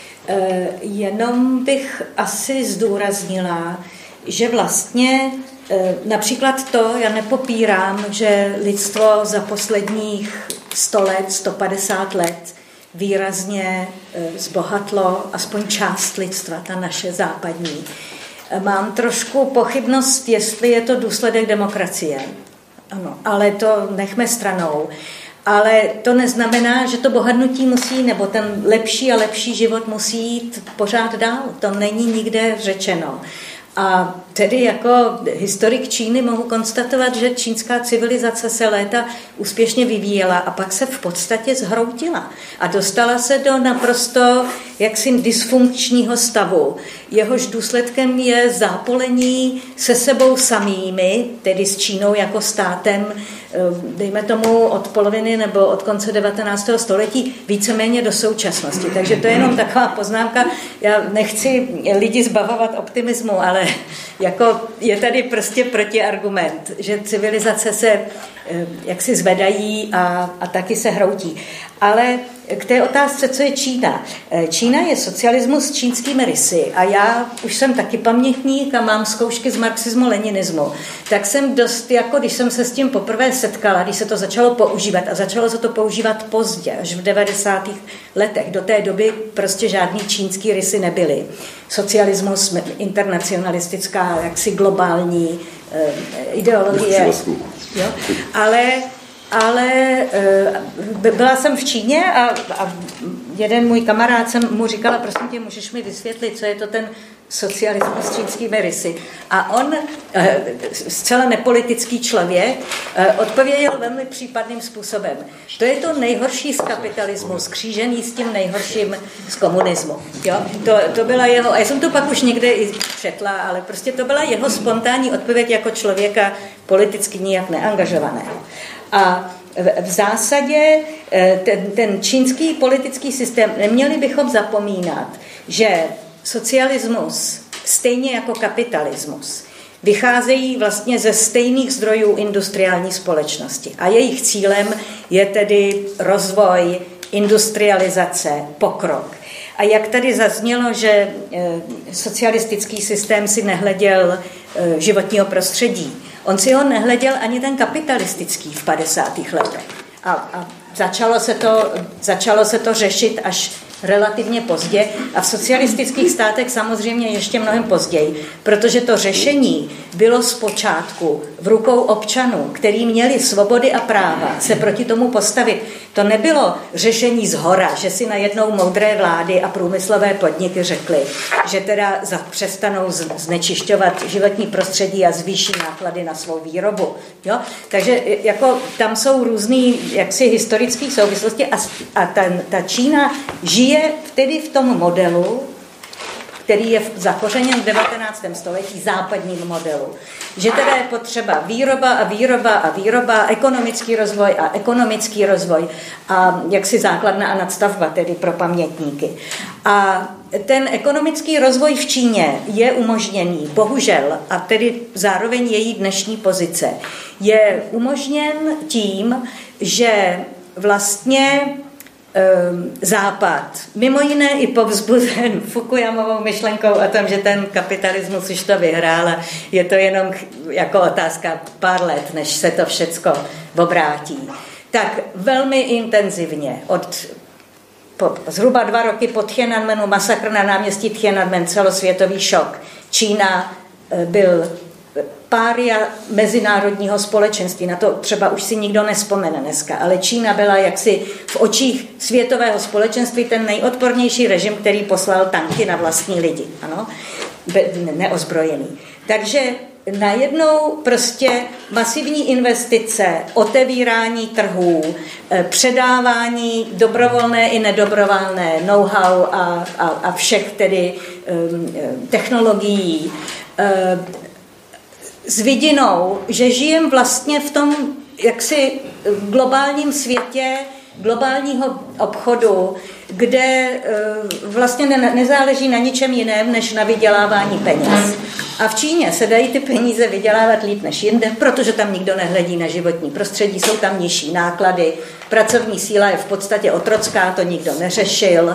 Jenom bych asi zdůraznila, že vlastně například to, já nepopírám, že lidstvo za posledních sto let, sto padesát let výrazně zbohatlo, aspoň část lidstva, ta naše západní. Mám trošku pochybnost, jestli je to důsledek demokracie. Ano, ale to nechme stranou. Ale to neznamená, že to bohatnutí musí, nebo ten lepší a lepší život musí jít pořád dál. To není nikde řečeno. A tedy jako historik Číny mohu konstatovat, že čínská civilizace se léta úspěšně vyvíjela a pak se v podstatě zhroutila a dostala se do naprosto jaksi dysfunkčního stavu. Jehož důsledkem je zápolení se sebou samými, tedy s Čínou jako státem, dejme tomu od poloviny nebo od konce devatenáctého století, víceméně do současnosti. Takže to je jenom taková poznámka. Já nechci lidi zbavovat optimismu, ale jako je tady prostě protiargument, že civilizace se jaksi zvedají a, a taky se hroutí. Ale k té otázce, co je Čína. Čína je socialismus s čínskými rysy a já už jsem taky pamětník a mám zkoušky z marxismu, leninismu. Tak jsem dost, jako když jsem se s tím poprvé setkala, když se to začalo používat a začalo se to používat pozdě, až v devadesátých letech. Do té doby prostě žádný čínský rysy nebyly. Socialismus, internacionalistická, jaksi globální eh, ideologie. Jo? Ale Ale byla jsem v Číně a, a jeden můj kamarád jsem mu říkala, prosím tě, můžeš mi vysvětlit, co je to ten socialismus s čínskými rysy. A on, zcela nepolitický člověk, odpověděl velmi případným způsobem. To je to nejhorší z kapitalismu, skřížený s tím nejhorším z komunismu. Jo? To, to byla jeho, a já jsem to pak už někde i četla, ale prostě to byla jeho spontánní odpověď jako člověka politicky nijak neangažovaného. A v zásadě ten, ten čínský politický systém, neměli bychom zapomínat, že socialismus, stejně jako kapitalismus, vycházejí vlastně ze stejných zdrojů industriální společnosti. A jejich cílem je tedy rozvoj, industrializace, pokrok. A jak tady zaznělo, že socialistický systém si nehleděl životního prostředí, on si ho nehleděl ani ten kapitalistický v padesátých letech. A, a začalo se to, začalo se to řešit až relativně pozdě a v socialistických státech samozřejmě ještě mnohem později, protože to řešení bylo zpočátku v rukou občanů, který měli svobody a práva se proti tomu postavit. To nebylo řešení zhora, že si najednou moudré vlády a průmyslové podniky řekly, že teda přestanou znečišťovat životní prostředí a zvýší náklady na svou výrobu. Jo? Takže jako tam jsou různý jaksi historické souvislosti a, a ta, ta Čína žije tedy v tom modelu, který je zakořeněn v devatenáctém století, západním modelu. Že teda je potřeba výroba a výroba a výroba, ekonomický rozvoj a ekonomický rozvoj a jaksi základna a nadstavba tedy pro pamětníky. A ten ekonomický rozvoj v Číně je umožněný, bohužel, a tedy zároveň její dnešní pozice, je umožněn tím, že vlastně Západ, mimo jiné i povzbuzen Fukuyamovou myšlenkou o tom, že ten kapitalismus už to vyhrál a je to jenom jako otázka pár let, než se to všecko obrátí. Tak velmi intenzivně od po, zhruba dva roky po Tiananmenu, masakr na náměstí Tiananmen, celosvětový šok. Čína byl pária mezinárodního společenství. Na to třeba už si nikdo nespomene dneska, ale Čína byla jaksi v očích světového společenství ten nejodpornější režim, který poslal tanky na vlastní lidi, ano, neozbrojený. Takže najednou prostě masivní investice, otevírání trhů, předávání dobrovolné i nedobrovolné know-how a, a, a všech tedy um, technologií, um, s vidinou, že žijem vlastně v tom jaksi globálním světě, globálního obchodu, kde vlastně nezáleží na ničem jiném, než na vydělávání peněz. A v Číně se dají ty peníze vydělávat líp než jinde, protože tam nikdo nehledí na životní prostředí, jsou tam nižší náklady, pracovní síla je v podstatě otrocká, to nikdo neřešil.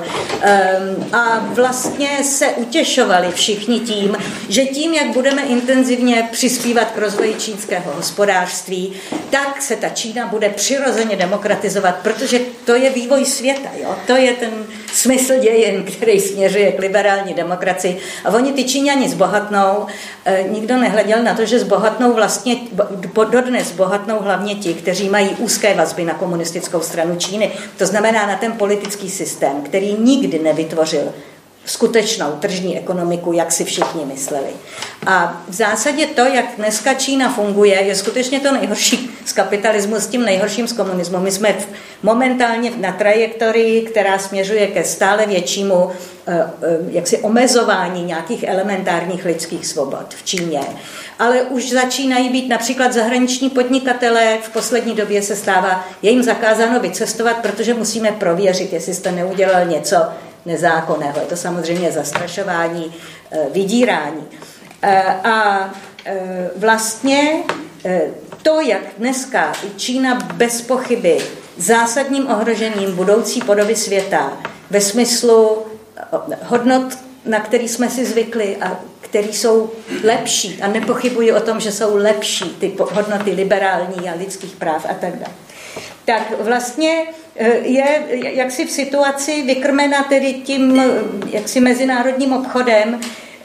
A vlastně se utěšovali všichni tím, že tím, jak budeme intenzivně přispívat k rozvoji čínského hospodářství, tak se ta Čína bude přirozeně demokratizovat, protože to je vývoj světa, jo? To je ten smysl dějin, který směřuje k liberální demokracii. A oni ty Číňani zbohatnou, nikdo nehleděl na to, že zbohatnou vlastně, dodnes zbohatnou hlavně ti, kteří mají úzké vazby na komunistickou stranu Číny. To znamená na ten politický systém, který nikdy nevytvořil skutečnou tržní ekonomiku, jak si všichni mysleli. A v zásadě to, jak dneska Čína funguje, je skutečně to nejhorší z kapitalismu s tím nejhorším z komunismu. My jsme momentálně na trajektorii, která směřuje ke stále většímu jaksi omezování nějakých elementárních lidských svobod v Číně. Ale už začínají být například zahraniční podnikatelé, v poslední době se stává, je jim zakázáno vycestovat, protože musíme prověřit, jestli jste neudělal něco nezákonného. Je to samozřejmě zastrašování, vydírání. A vlastně to, jak dneska Čína bez pochyby zásadním ohrožením budoucí podoby světa ve smyslu hodnot, na který jsme si zvykli a který jsou lepší, a nepochybuji o tom, že jsou lepší ty hodnoty liberální a lidských práv a tak dále, tak vlastně je jaksi v situaci vykrmena tedy tím jaksi mezinárodním obchodem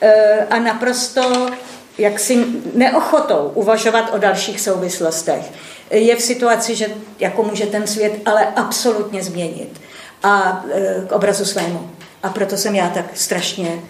a naprosto jaksi neochotou uvažovat o dalších souvislostech. Je v situaci, že jako může ten svět ale absolutně změnit a k obrazu svému. A proto jsem já tak strašně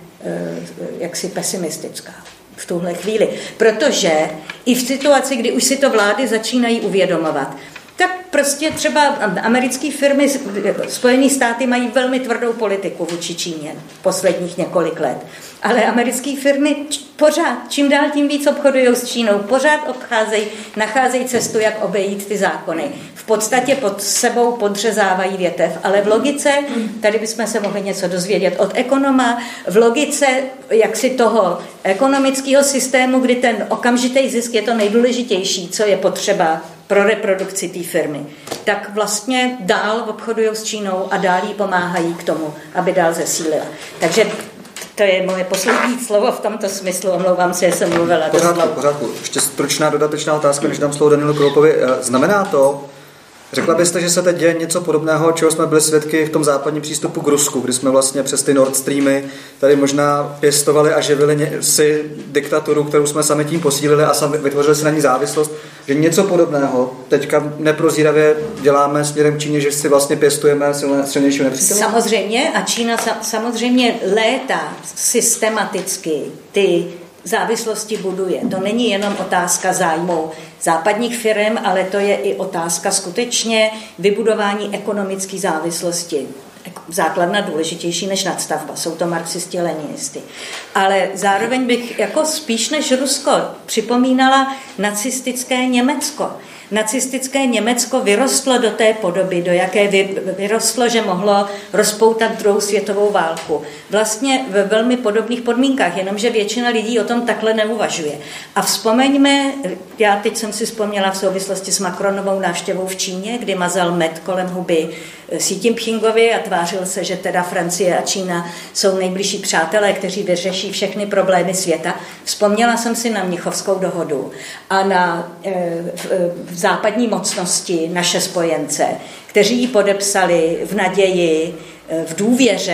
jaksi pesimistická v tuhle chvíli. Protože i v situaci, kdy už si to vlády začínají uvědomovat, tak prostě třeba americké firmy, Spojené státy mají velmi tvrdou politiku vůči Číně posledních několik let. Ale americké firmy pořád, čím dál tím víc obchodují s Čínou, pořád obcházejí, nacházejí cestu, jak obejít ty zákony. V podstatě pod sebou podřezávají větev, ale v logice, tady bychom se mohli něco dozvědět od ekonoma, v logice jaksi toho ekonomického systému, kdy ten okamžitý zisk je to nejdůležitější, co je potřeba pro reprodukci té firmy, tak vlastně dál obchodují s Čínou a dál jí pomáhají k tomu, aby dál zesílila. Takže to je moje poslední slovo v tomto smyslu. Omlouvám se, že jsem mluvila. Pořádku, pořádku. Ještě stručná dodatečná otázka, než dám slovo Danielu Kroupovi. Znamená to, řekla byste, že se teď děje něco podobného, čeho jsme byli svědky v tom západním přístupu k Rusku, kdy jsme vlastně přes ty Nord Streamy tady možná pěstovali a živili si diktaturu, kterou jsme sami tím posílili a sami vytvořili si na ní závislost, že něco podobného teďka neprozíravě děláme směrem k Číně, že si vlastně pěstujeme silnějšího nepřítele? Samozřejmě a Čína samozřejmě léta systematicky ty závislosti buduje. To není jenom otázka zájmu západních firm, ale to je i otázka skutečně vybudování ekonomické závislosti. Základna důležitější než nadstavba. Jsou to marxisti, leninisty. Ale zároveň bych jako spíš než Rusko připomínala nacistické Německo. Nacistické Německo vyrostlo do té podoby, do jaké vyrostlo, že mohlo rozpoutat druhou světovou válku. Vlastně ve velmi podobných podmínkách, jenomže většina lidí o tom takhle neuvažuje. A vzpomeňme, já teď jsem si vzpomněla v souvislosti s Macronovou návštěvou v Číně, kdy mazal med kolem huby Xi Jinpingovi a tvářil se, že teda Francie a Čína jsou nejbližší přátelé, kteří vyřeší všechny problémy světa. Vzpomněla jsem si na Mnichovskou dohodu a na e, v západní mocnosti naše spojence, kteří ji podepsali v naději, v důvěře,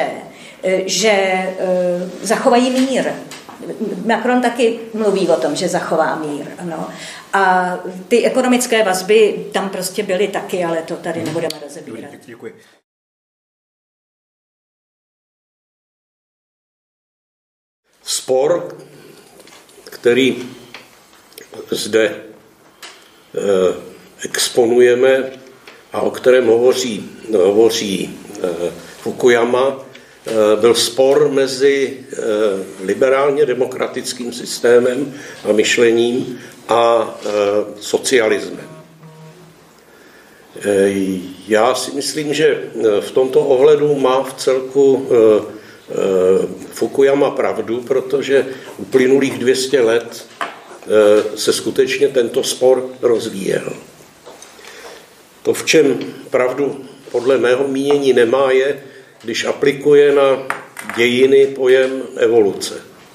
že zachovají mír. Macron taky mluví o tom, že zachová mír. Ano. A ty ekonomické vazby tam prostě byly taky, ale to tady nebudeme rozebírat. Děkuji. Spor, který zde exponujeme a o kterém hovoří, hovoří Fukuyama, byl spor mezi liberálně demokratickým systémem a myšlením a socialismem. Já si myslím, že v tomto ohledu má v celku Fukuyama pravdu, protože uplynulých dvě stě let se skutečně tento spor rozvíjel. To, v čem pravdu podle mého mínění nemá, je, když aplikuje na dějiny pojem evoluce.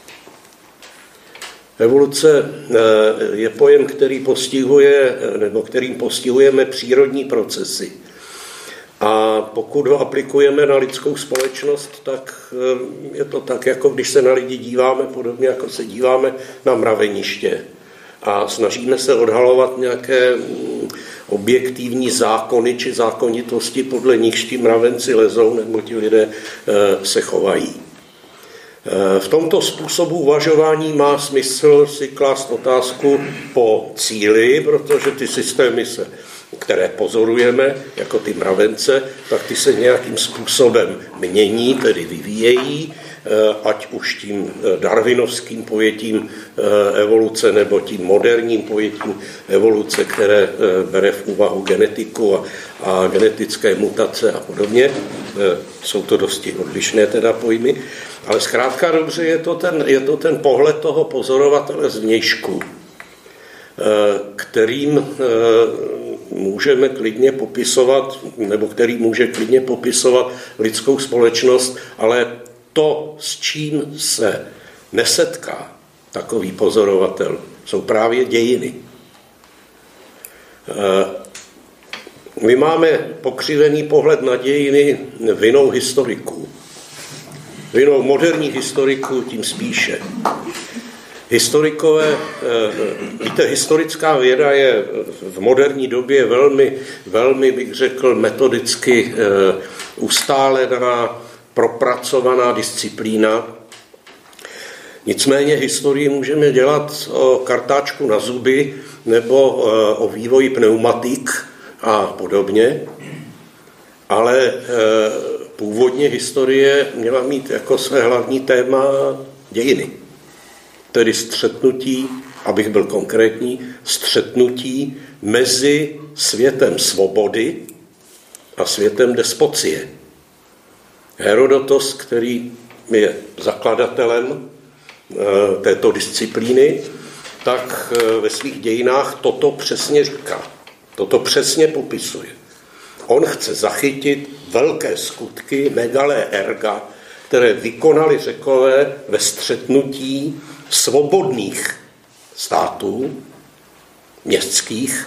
Evoluce je pojem, který postihuje, nebo kterým postihujeme přírodní procesy. A pokud ho aplikujeme na lidskou společnost, tak je to tak, jako když se na lidi díváme, podobně jako se díváme na mraveniště. A snažíme se odhalovat nějaké objektivní zákony či zákonitosti, podle nichž ti mravenci lezou nebo ti lidé se chovají. V tomto způsobu uvažování má smysl si klást otázku po cíli, protože ty systémy, se, které pozorujeme, jako ty mravence, tak ty se nějakým způsobem mění, tedy vyvíjejí, ať už tím darwinovským pojetím evoluce nebo tím moderním pojetím evoluce, které bere v úvahu genetiku a, a genetické mutace a podobně. Jsou to dosti odlišné teda pojmy, ale zkrátka dobře je to ten, je to ten pohled toho pozorovatele zvnějšku, kterým můžeme klidně popisovat, nebo který může klidně popisovat lidskou společnost, ale to, s čím se nesetká takový pozorovatel, jsou právě dějiny. My máme pokřivený pohled na dějiny vinou historiků. Vinou moderních historiků tím spíše. Historikové, víte, historická věda je v moderní době velmi, velmi, bych řekl, metodicky ustálená, propracovaná disciplína. Nicméně historii můžeme dělat o kartáčku na zuby nebo o vývoji pneumatik a podobně, ale původně historie měla mít jako své hlavní téma dějiny. Tedy střetnutí, abych byl konkrétní, střetnutí mezi světem svobody a světem despocie. Herodotos, který je zakladatelem této disciplíny, tak ve svých dějinách toto přesně říká. Toto přesně popisuje. On chce zachytit velké skutky, megalé erga, které vykonali Řekové ve střetnutí svobodných států, městských.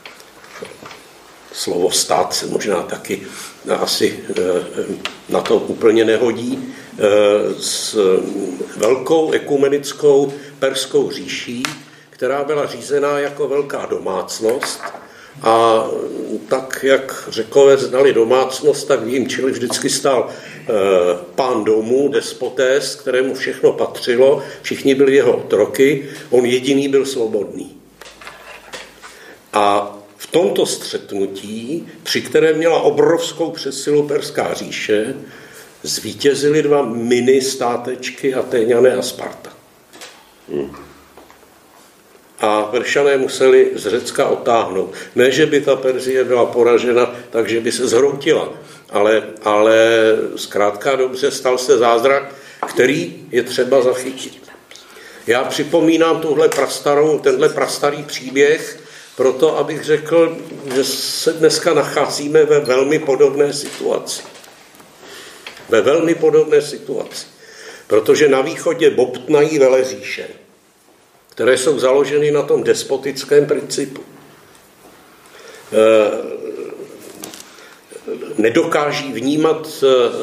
Slovo stát se možná taky asi na to úplně nehodí, s velkou ekumenickou perskou říší, která byla řízená jako velká domácnost. A tak, jak Řekové znali domácnost, tak v jejím čele vždycky stál pán domu, despotés, kterému všechno patřilo, všichni byli jeho otroky, on jediný byl svobodný. A v tomto střetnutí, při kterém měla obrovskou přesilu perská říše, zvítězily dva mini státečky Atéňané a Sparta. Hmm. A Peršané museli z Řecka otáhnout. Ne, že by ta Perzie byla poražena, takže by se zhroutila, ale, ale zkrátka dobře stal se zázrak, který je třeba zachytit. Já připomínám tuhle prastarou, tenhle prastarý příběh, proto abych řekl, že se dneska nacházíme ve velmi podobné situaci. Ve velmi podobné situaci. Protože na východě bobtnají veleříše, které jsou založeny na tom despotickém principu. E, nedokáží vnímat e,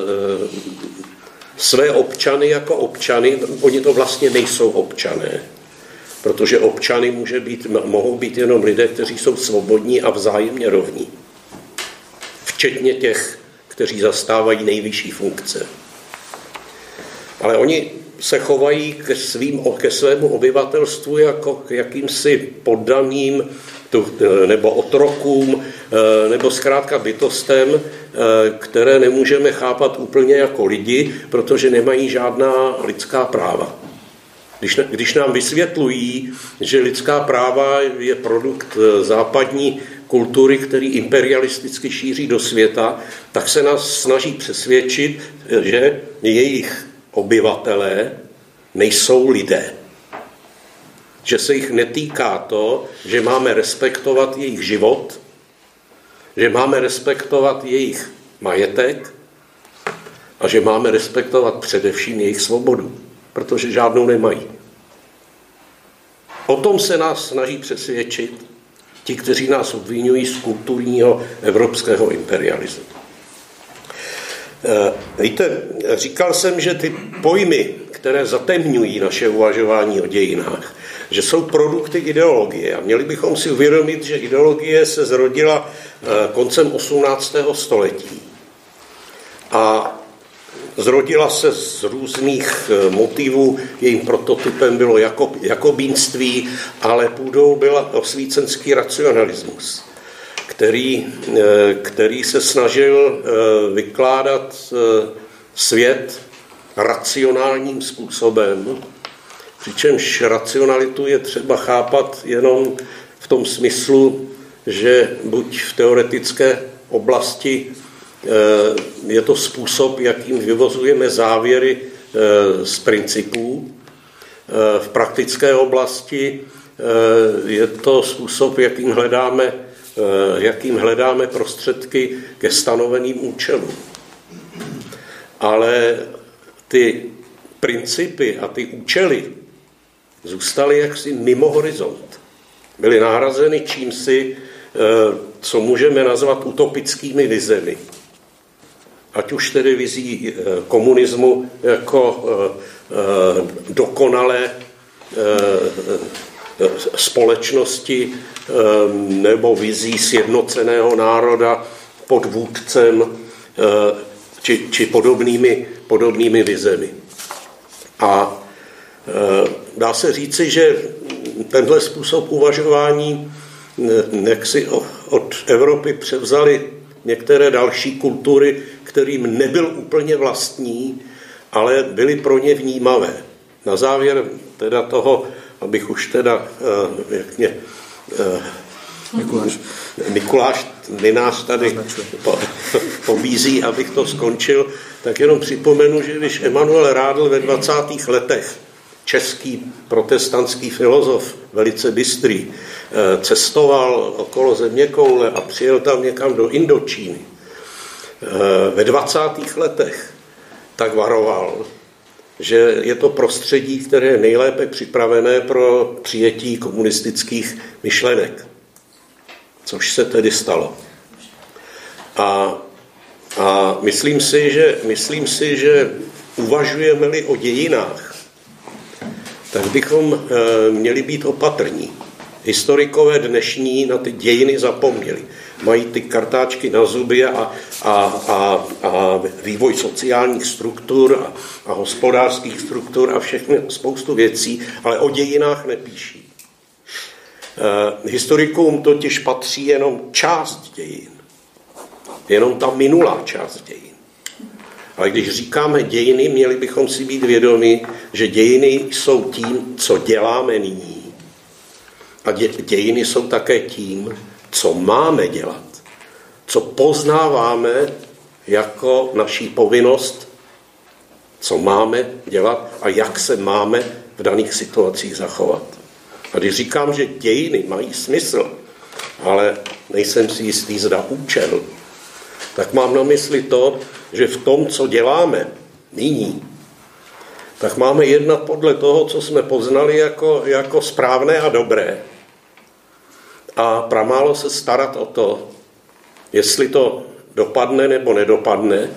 své občany jako občany, oni to vlastně nejsou občané, protože občany může být, mohou být jenom lidé, kteří jsou svobodní a vzájemně rovní. Včetně těch, kteří zastávají nejvyšší funkce. Ale oni se chovají ke, svým, ke svému obyvatelstvu jako k jakýmsi poddaným nebo otrokům, nebo zkrátka bytostem, které nemůžeme chápat úplně jako lidi, protože nemají žádná lidská práva. Když, když nám vysvětlují, že lidská práva je produkt západní kultury, který imperialisticky šíří do světa, tak se nás snaží přesvědčit, že jejich obyvatelé nejsou lidé. Že se jich netýká to, že máme respektovat jejich život, že máme respektovat jejich majetek a že máme respektovat především jejich svobodu, protože žádnou nemají. O tom se nás snaží přesvědčit ti, kteří nás obvinují z kulturního evropského imperialismu. Víte, říkal jsem, že ty pojmy, které zatemňují naše uvažování o dějinách, že jsou produkty ideologie. A měli bychom si uvědomit, že ideologie se zrodila koncem osmnáctého století. A zrodila se z různých motivů, jejím prototypem bylo jakob, jakobínství, ale půdou byl osvícenský racionalismus, který, který se snažil vykládat svět racionálním způsobem, přičemž racionalitu je třeba chápat jenom v tom smyslu, že buď v teoretické oblasti je to způsob, jakým vyvozujeme závěry z principů, v praktické oblasti je to způsob, jakým hledáme, jakým hledáme prostředky ke stanoveným účelům. Ale ty principy a ty účely zůstaly jaksi mimo horizont. Byly nahrazeny čímsi, co můžeme nazvat utopickými vizemi. Ať už tedy vizí komunismu jako dokonalé společnosti nebo vizí sjednoceného národa pod vůdcem či, či podobnými, podobnými vizemi. A dá se říci, že tenhle způsob uvažování jak si od Evropy převzali některé další kultury, kterým nebyl úplně vlastní, ale byly pro ně vnímavé. Na závěr teda toho, abych už teda, jak mě Mikuláš, Mikuláš Minář tady po, pobízí, abych to skončil, tak jenom připomenu, že když Emanuel Rádl ve dvacátých letech, český protestantský filozof, velice bystrý, cestoval okolo zeměkoule a přijel tam někam do Indočíny ve dvacátých letech, tak varoval, že je to prostředí, které je nejlépe připravené pro přijetí komunistických myšlenek. Což se tedy stalo. A, a myslím si, že, myslím si, že uvažujeme-li o dějinách, tak bychom e, měli být opatrní. Historikové dnešní na ty dějiny zapomněli. Mají ty kartáčky na zuby a, a, a, a vývoj sociálních struktur a, a hospodářských struktur a všechny spoustu věcí, ale o dějinách nepíší. E, historikům totiž patří jenom část dějin. Jenom ta minulá část dějin. Ale když říkáme dějiny, měli bychom si být vědomi, že dějiny jsou tím, co děláme nyní. A dě, dějiny jsou také tím, co máme dělat. Co poznáváme jako naší povinnost, co máme dělat a jak se máme v daných situacích zachovat. A když říkám, že dějiny mají smysl, ale nejsem si jistý, zda účel, tak mám na mysli to, že v tom, co děláme nyní, tak máme jednat podle toho, co jsme poznali jako, jako správné a dobré. A pramálo se starat o to, jestli to dopadne nebo nedopadne,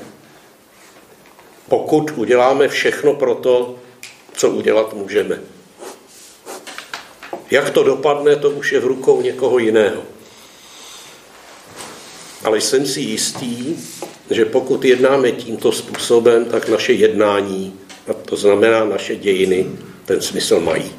pokud uděláme všechno pro to, co udělat můžeme. Jak to dopadne, to už je v rukou někoho jiného. Ale jsem si jistý, že pokud jednáme tímto způsobem, tak naše jednání, a to znamená naše dějiny, ten smysl mají.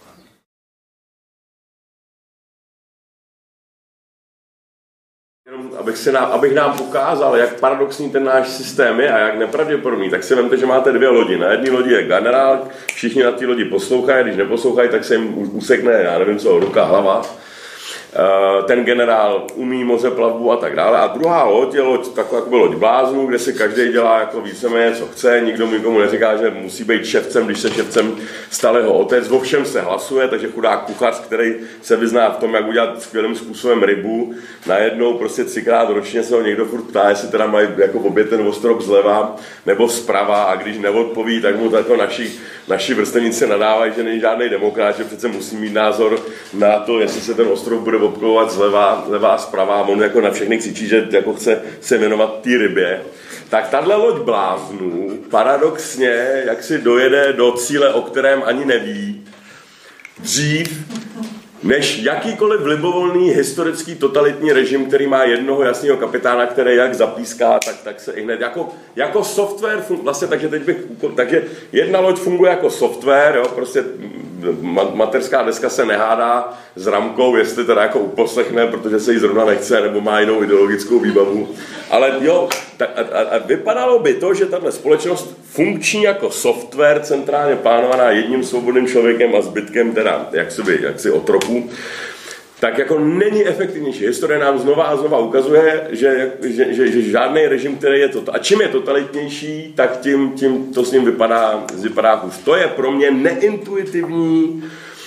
Abych, si nám, abych nám ukázal, jak paradoxní ten náš systém je a jak nepravděpodobný, tak si vemte, že máte dvě lodi. Na jedné lodi je generál, všichni na té lodi poslouchají, když neposlouchají, tak se jim usekne, já nevím co, ruka, hlava. ten generál umí mozeplavbu a tak dále. A druhá loď je loď, taková jako loď bláznů, kde si každý dělá jako víceméně, co chce, nikdo nikomu neříká, že musí být ševcem, když se ševcem stal jeho otec, o všem se hlasuje, takže chudák kuchař, který se vyzná v tom, jak udělat skvělým způsobem rybu, najednou prostě třikrát ročně se ho někdo furt ptá, jestli teda mají jako obět ten ostrov zleva nebo zprava, a když neodpoví, tak mu tako naši, naši vrstevníci nadávají, že není žádný demokrat, že přece musí mít názor na to, jestli se ten ostrov bude obklovat zleva, levá, zprava, a on jako na všechny křičí, že jako chce se věnovat té rybě. Tak tahle loď bláznů paradoxně jak si dojede do cíle, o kterém ani neví, dřív, než jakýkoliv libovolný historický totalitní režim, který má jednoho jasného kapitána, který jak zapíská, tak, tak se i hned jako, jako software funguje, vlastně, takže teď bych, takže jedna loď funguje jako software, jo, prostě mateřská deska se nehádá s ramkou, jestli teda jako uposlechne, protože se jí zrovna nechce, nebo má jinou ideologickou výbavu. Ale jo, tak, a, a vypadalo by to, že tato společnost funkční jako software, centrálně plánovaná jedním svobodným člověkem a zbytkem teda jaksi, jaksi otroků, tak jako není efektivnější. Historie nám znova a znova ukazuje, že, že, že, že žádný režim, který je to, a čím je totalitnější, tak tím, tím to s ním vypadá, vypadá hůř. To je pro mě neintuitivní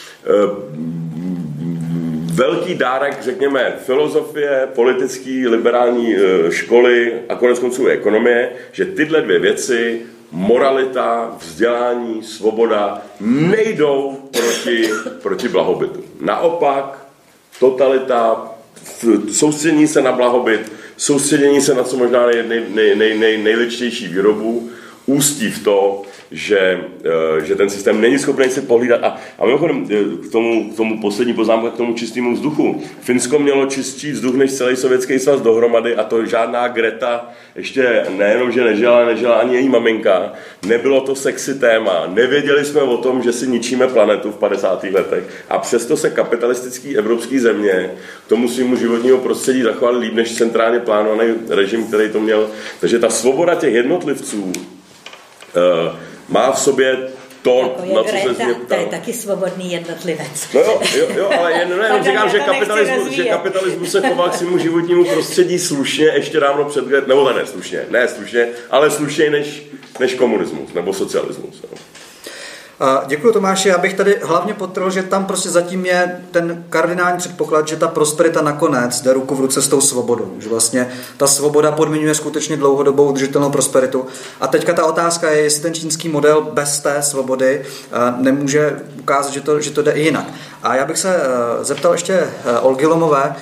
velký dárek, řekněme, filozofie, politický, liberální školy a konec konců ekonomie, že tyhle dvě věci, moralita, vzdělání, svoboda, nejdou proti, proti blahobytu. Naopak, totalita, soustředění se na blahobyt, soustředění se na co možná nej, nej, nej, nej, nejličtější výrobu, ústí v to, že, že ten systém není schopný si pohlídat. A, a mimochodem k tomu, k tomu poslední poznámku, k tomu čistému vzduchu. Finsko mělo čistší vzduch než celý Sovětský svaz dohromady, a to žádná Greta, ještě nejenom, že nežila, nežila ani její maminka, nebylo to sexy téma, nevěděli jsme o tom, že si ničíme planetu v padesátých letech, a přesto se kapitalistický evropský země k tomu svýmu životního prostředí zachovali líp než centrálně plánovaný režim, který to měl. Takže ta svoboda těch jednotlivců uh, má v sobě to, jako na co se změ ptal. To je taky svobodný jednotlivec. No jo, jo, jo, ale jen, no, jenom říkám, že kapitalismus, že kapitalismus se choval k svému životnímu prostředí slušně ještě dávno před, nebo ne slušně, ne slušně, ale slušněji než, než komunismus nebo socialismus. Jo. Děkuji, Tomáši. Já bych tady hlavně podtrhl, že tam prostě zatím je ten kardinální předpoklad, že ta prosperita nakonec jde ruku v ruce s tou svobodou. Že vlastně ta svoboda podmiňuje skutečně dlouhodobou udržitelnou prosperitu. A teďka ta otázka je, jestli ten čínský model bez té svobody nemůže ukázat, že to, že to jde i jinak. A já bych se zeptal ještě Olgy Lomové,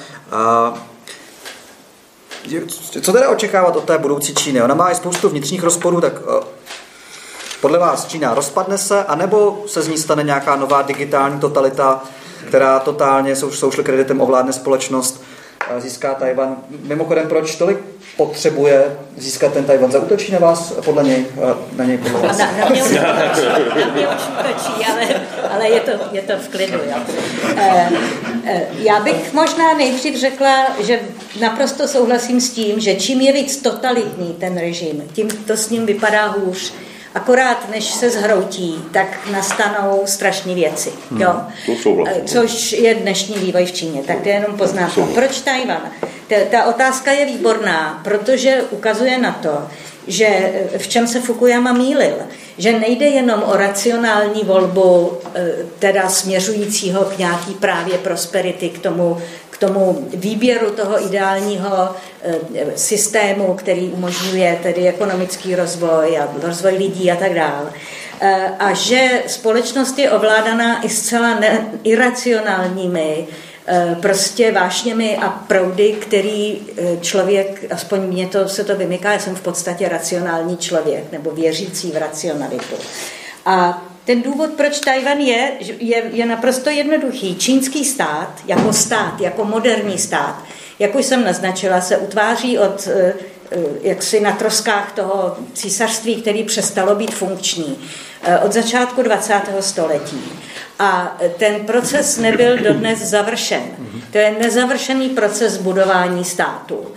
co teda očekávat od té budoucí Číny? Ona má i spoustu vnitřních rozporů, tak podle vás Čína rozpadne se, anebo se z ní stane nějaká nová digitální totalita, která totálně social kreditem ovládne společnost, získá Tajvan? Mimochodem, proč tolik potřebuje získat ten Tajvan? Zaútočí na vás podle něj? Na něj podle vás? Na, na mě už útočí, na mě už útočí, ale, ale je, to, je to v klidu. Jo. E, e, já bych možná nejdřív řekla, že naprosto souhlasím s tím, že čím je víc totalitní ten režim, tím to s ním vypadá hůř. Akorát, než se zhroutí, tak nastanou strašné věci. Jo? Což je dnešní vývoj v Číně. Tak to je jenom poznámka. Proč Tajvan? Ta, ta otázka je výborná, protože ukazuje na to, že v čem se Fukuyama mýlil, že nejde jenom o racionální volbu, teda směřujícího k nějaký právě prosperity, k tomu, k tomu výběru toho ideálního systému, který umožňuje tedy ekonomický rozvoj a rozvoj lidí a tak dále. A že společnost je ovládaná i zcela ne, iracionálními prostě vášněmi a proudy, který člověk, aspoň mně to, se to vymyká, já jsem v podstatě racionální člověk, nebo věřící v racionalitu. A ten důvod, proč Tajvan je, je, je naprosto jednoduchý. Čínský stát, jako stát, jako moderní stát, jak už jsem naznačila, se utváří od jaksi na troskách toho císařství, který přestalo být funkční, od začátku dvacátého století. A ten proces nebyl dodnes završen. To je nezavršený proces budování státu.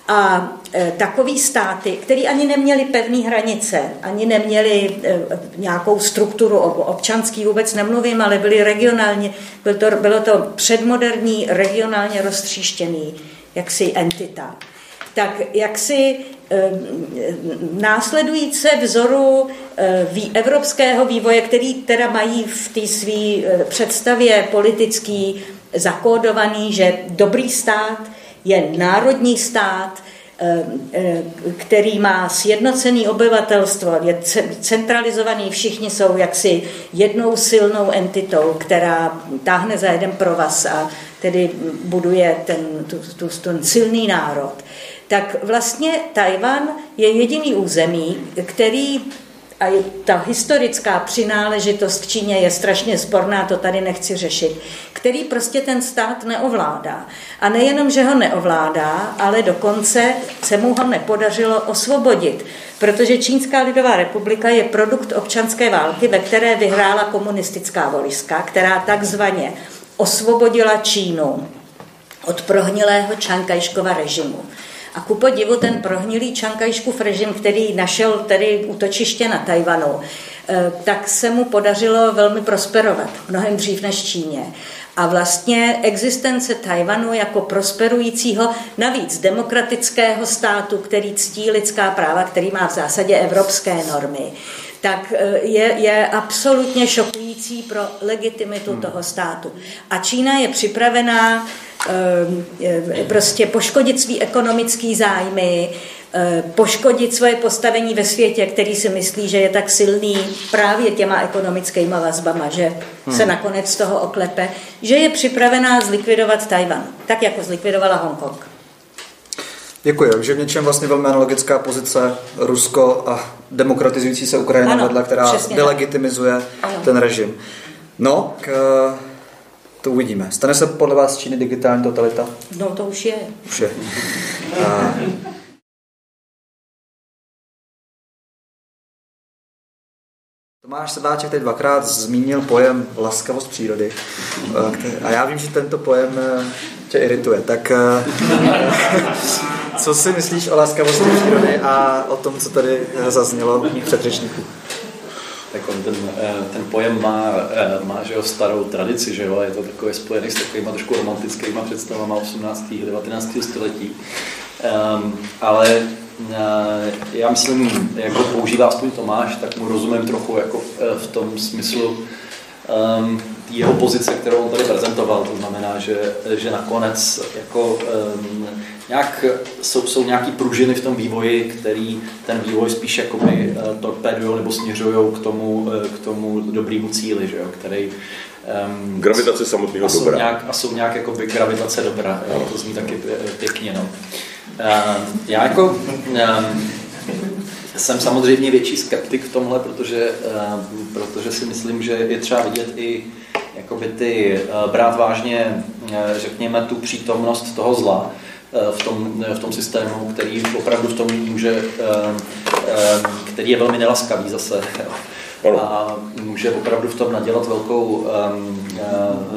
A e, takový státy, které ani neměly pevné hranice, ani neměly e, nějakou strukturu občanský, vůbec nemluvím, ale byly regionálně, bylo to, bylo to předmoderní, regionálně roztříštěný jaksi entita. Tak jaksi e, následující vzoru e, vý, evropského vývoje, který teda mají v té své e, představě politický zakódovaný, že dobrý stát je národní stát, který má sjednocený obyvatelstvo, je centralizovaný, všichni jsou jaksi jednou silnou entitou, která táhne za jeden provaz a tedy buduje ten, tu, tu, ten silný národ. Tak vlastně Tchaj-wan je jediný území, který, a ta historická přináležitost k Číně je strašně sporná, to tady nechci řešit, který prostě ten stát neovládá. A nejenom, že ho neovládá, ale dokonce se mu ho nepodařilo osvobodit, protože Čínská lidová republika je produkt občanské války, ve které vyhrála komunistická vojska, která takzvaně osvobodila Čínu od prohnilého Čang Kaj-škova režimu. A ku podivu ten prohnilý Čang Kaj-škův režim, který našel tedy útočiště na Tchaj-wanu, tak se mu podařilo velmi prosperovat, mnohem dřív než Číně. A vlastně existence Tchaj-wanu jako prosperujícího, navíc demokratického státu, který ctí lidská práva, který má v zásadě evropské normy, tak je, je absolutně šokující pro legitimitu hmm. toho státu. A Čína je připravená prostě poškodit svý ekonomický zájmy, poškodit svoje postavení ve světě, který si myslí, že je tak silný právě těma ekonomickýma vazbama, že hmm. se nakonec z toho oklepe, že je připravená zlikvidovat Tchaj-wan, tak jako zlikvidovala Hongkong. Děkuji. Takže v něčem vlastně velmi analogická pozice Rusko a demokratizující se Ukrajina ano, vedle, která delegitimizuje ano. ten režim. No, k, to uvidíme. Stane se podle vás z Číny digitální totalita? No, to už je. Už je. A... Tomáš Sedláček teď dvakrát zmínil pojem laskavost přírody. A já vím, že tento pojem tě irituje. Tak co si myslíš o laskavosti přírody a o tom, co tady zaznělo od mých předřečníků? Tak on ten, ten pojem má, má že jo, starou tradici, že jo, je to takové spojené s takovýma trošku romantickýma představama osmnáctého devatenáctého století. Um, ale uh, já myslím, jak ho používá aspoň Tomáš, tak mu rozumím trochu jako v, v tom smyslu um, jeho pozice, kterou on tady prezentoval. To znamená, že, že nakonec jako um, nějak jsou, jsou nějaký pružiny v tom vývoji, který ten vývoj spíš jakoby uh, torpédují nebo směřují k tomu, uh, k tomu dobrýmu cíli, že jo, který um, gravitace samotného dobra. Nějak, a jsou nějak jakoby gravitace dobra, jo, to zní taky pěkně, no. Uh, já jako um, jsem samozřejmě větší skeptik v tomhle, protože, uh, protože si myslím, že je třeba vidět i jakoby ty, uh, brát vážně, uh, řekněme, tu přítomnost toho zla uh, v tom, v tom systému, který opravdu v tom může, uh, uh, který je velmi nelaskavý zase. Jo. A může opravdu v tom nadělat velkou, um, uh,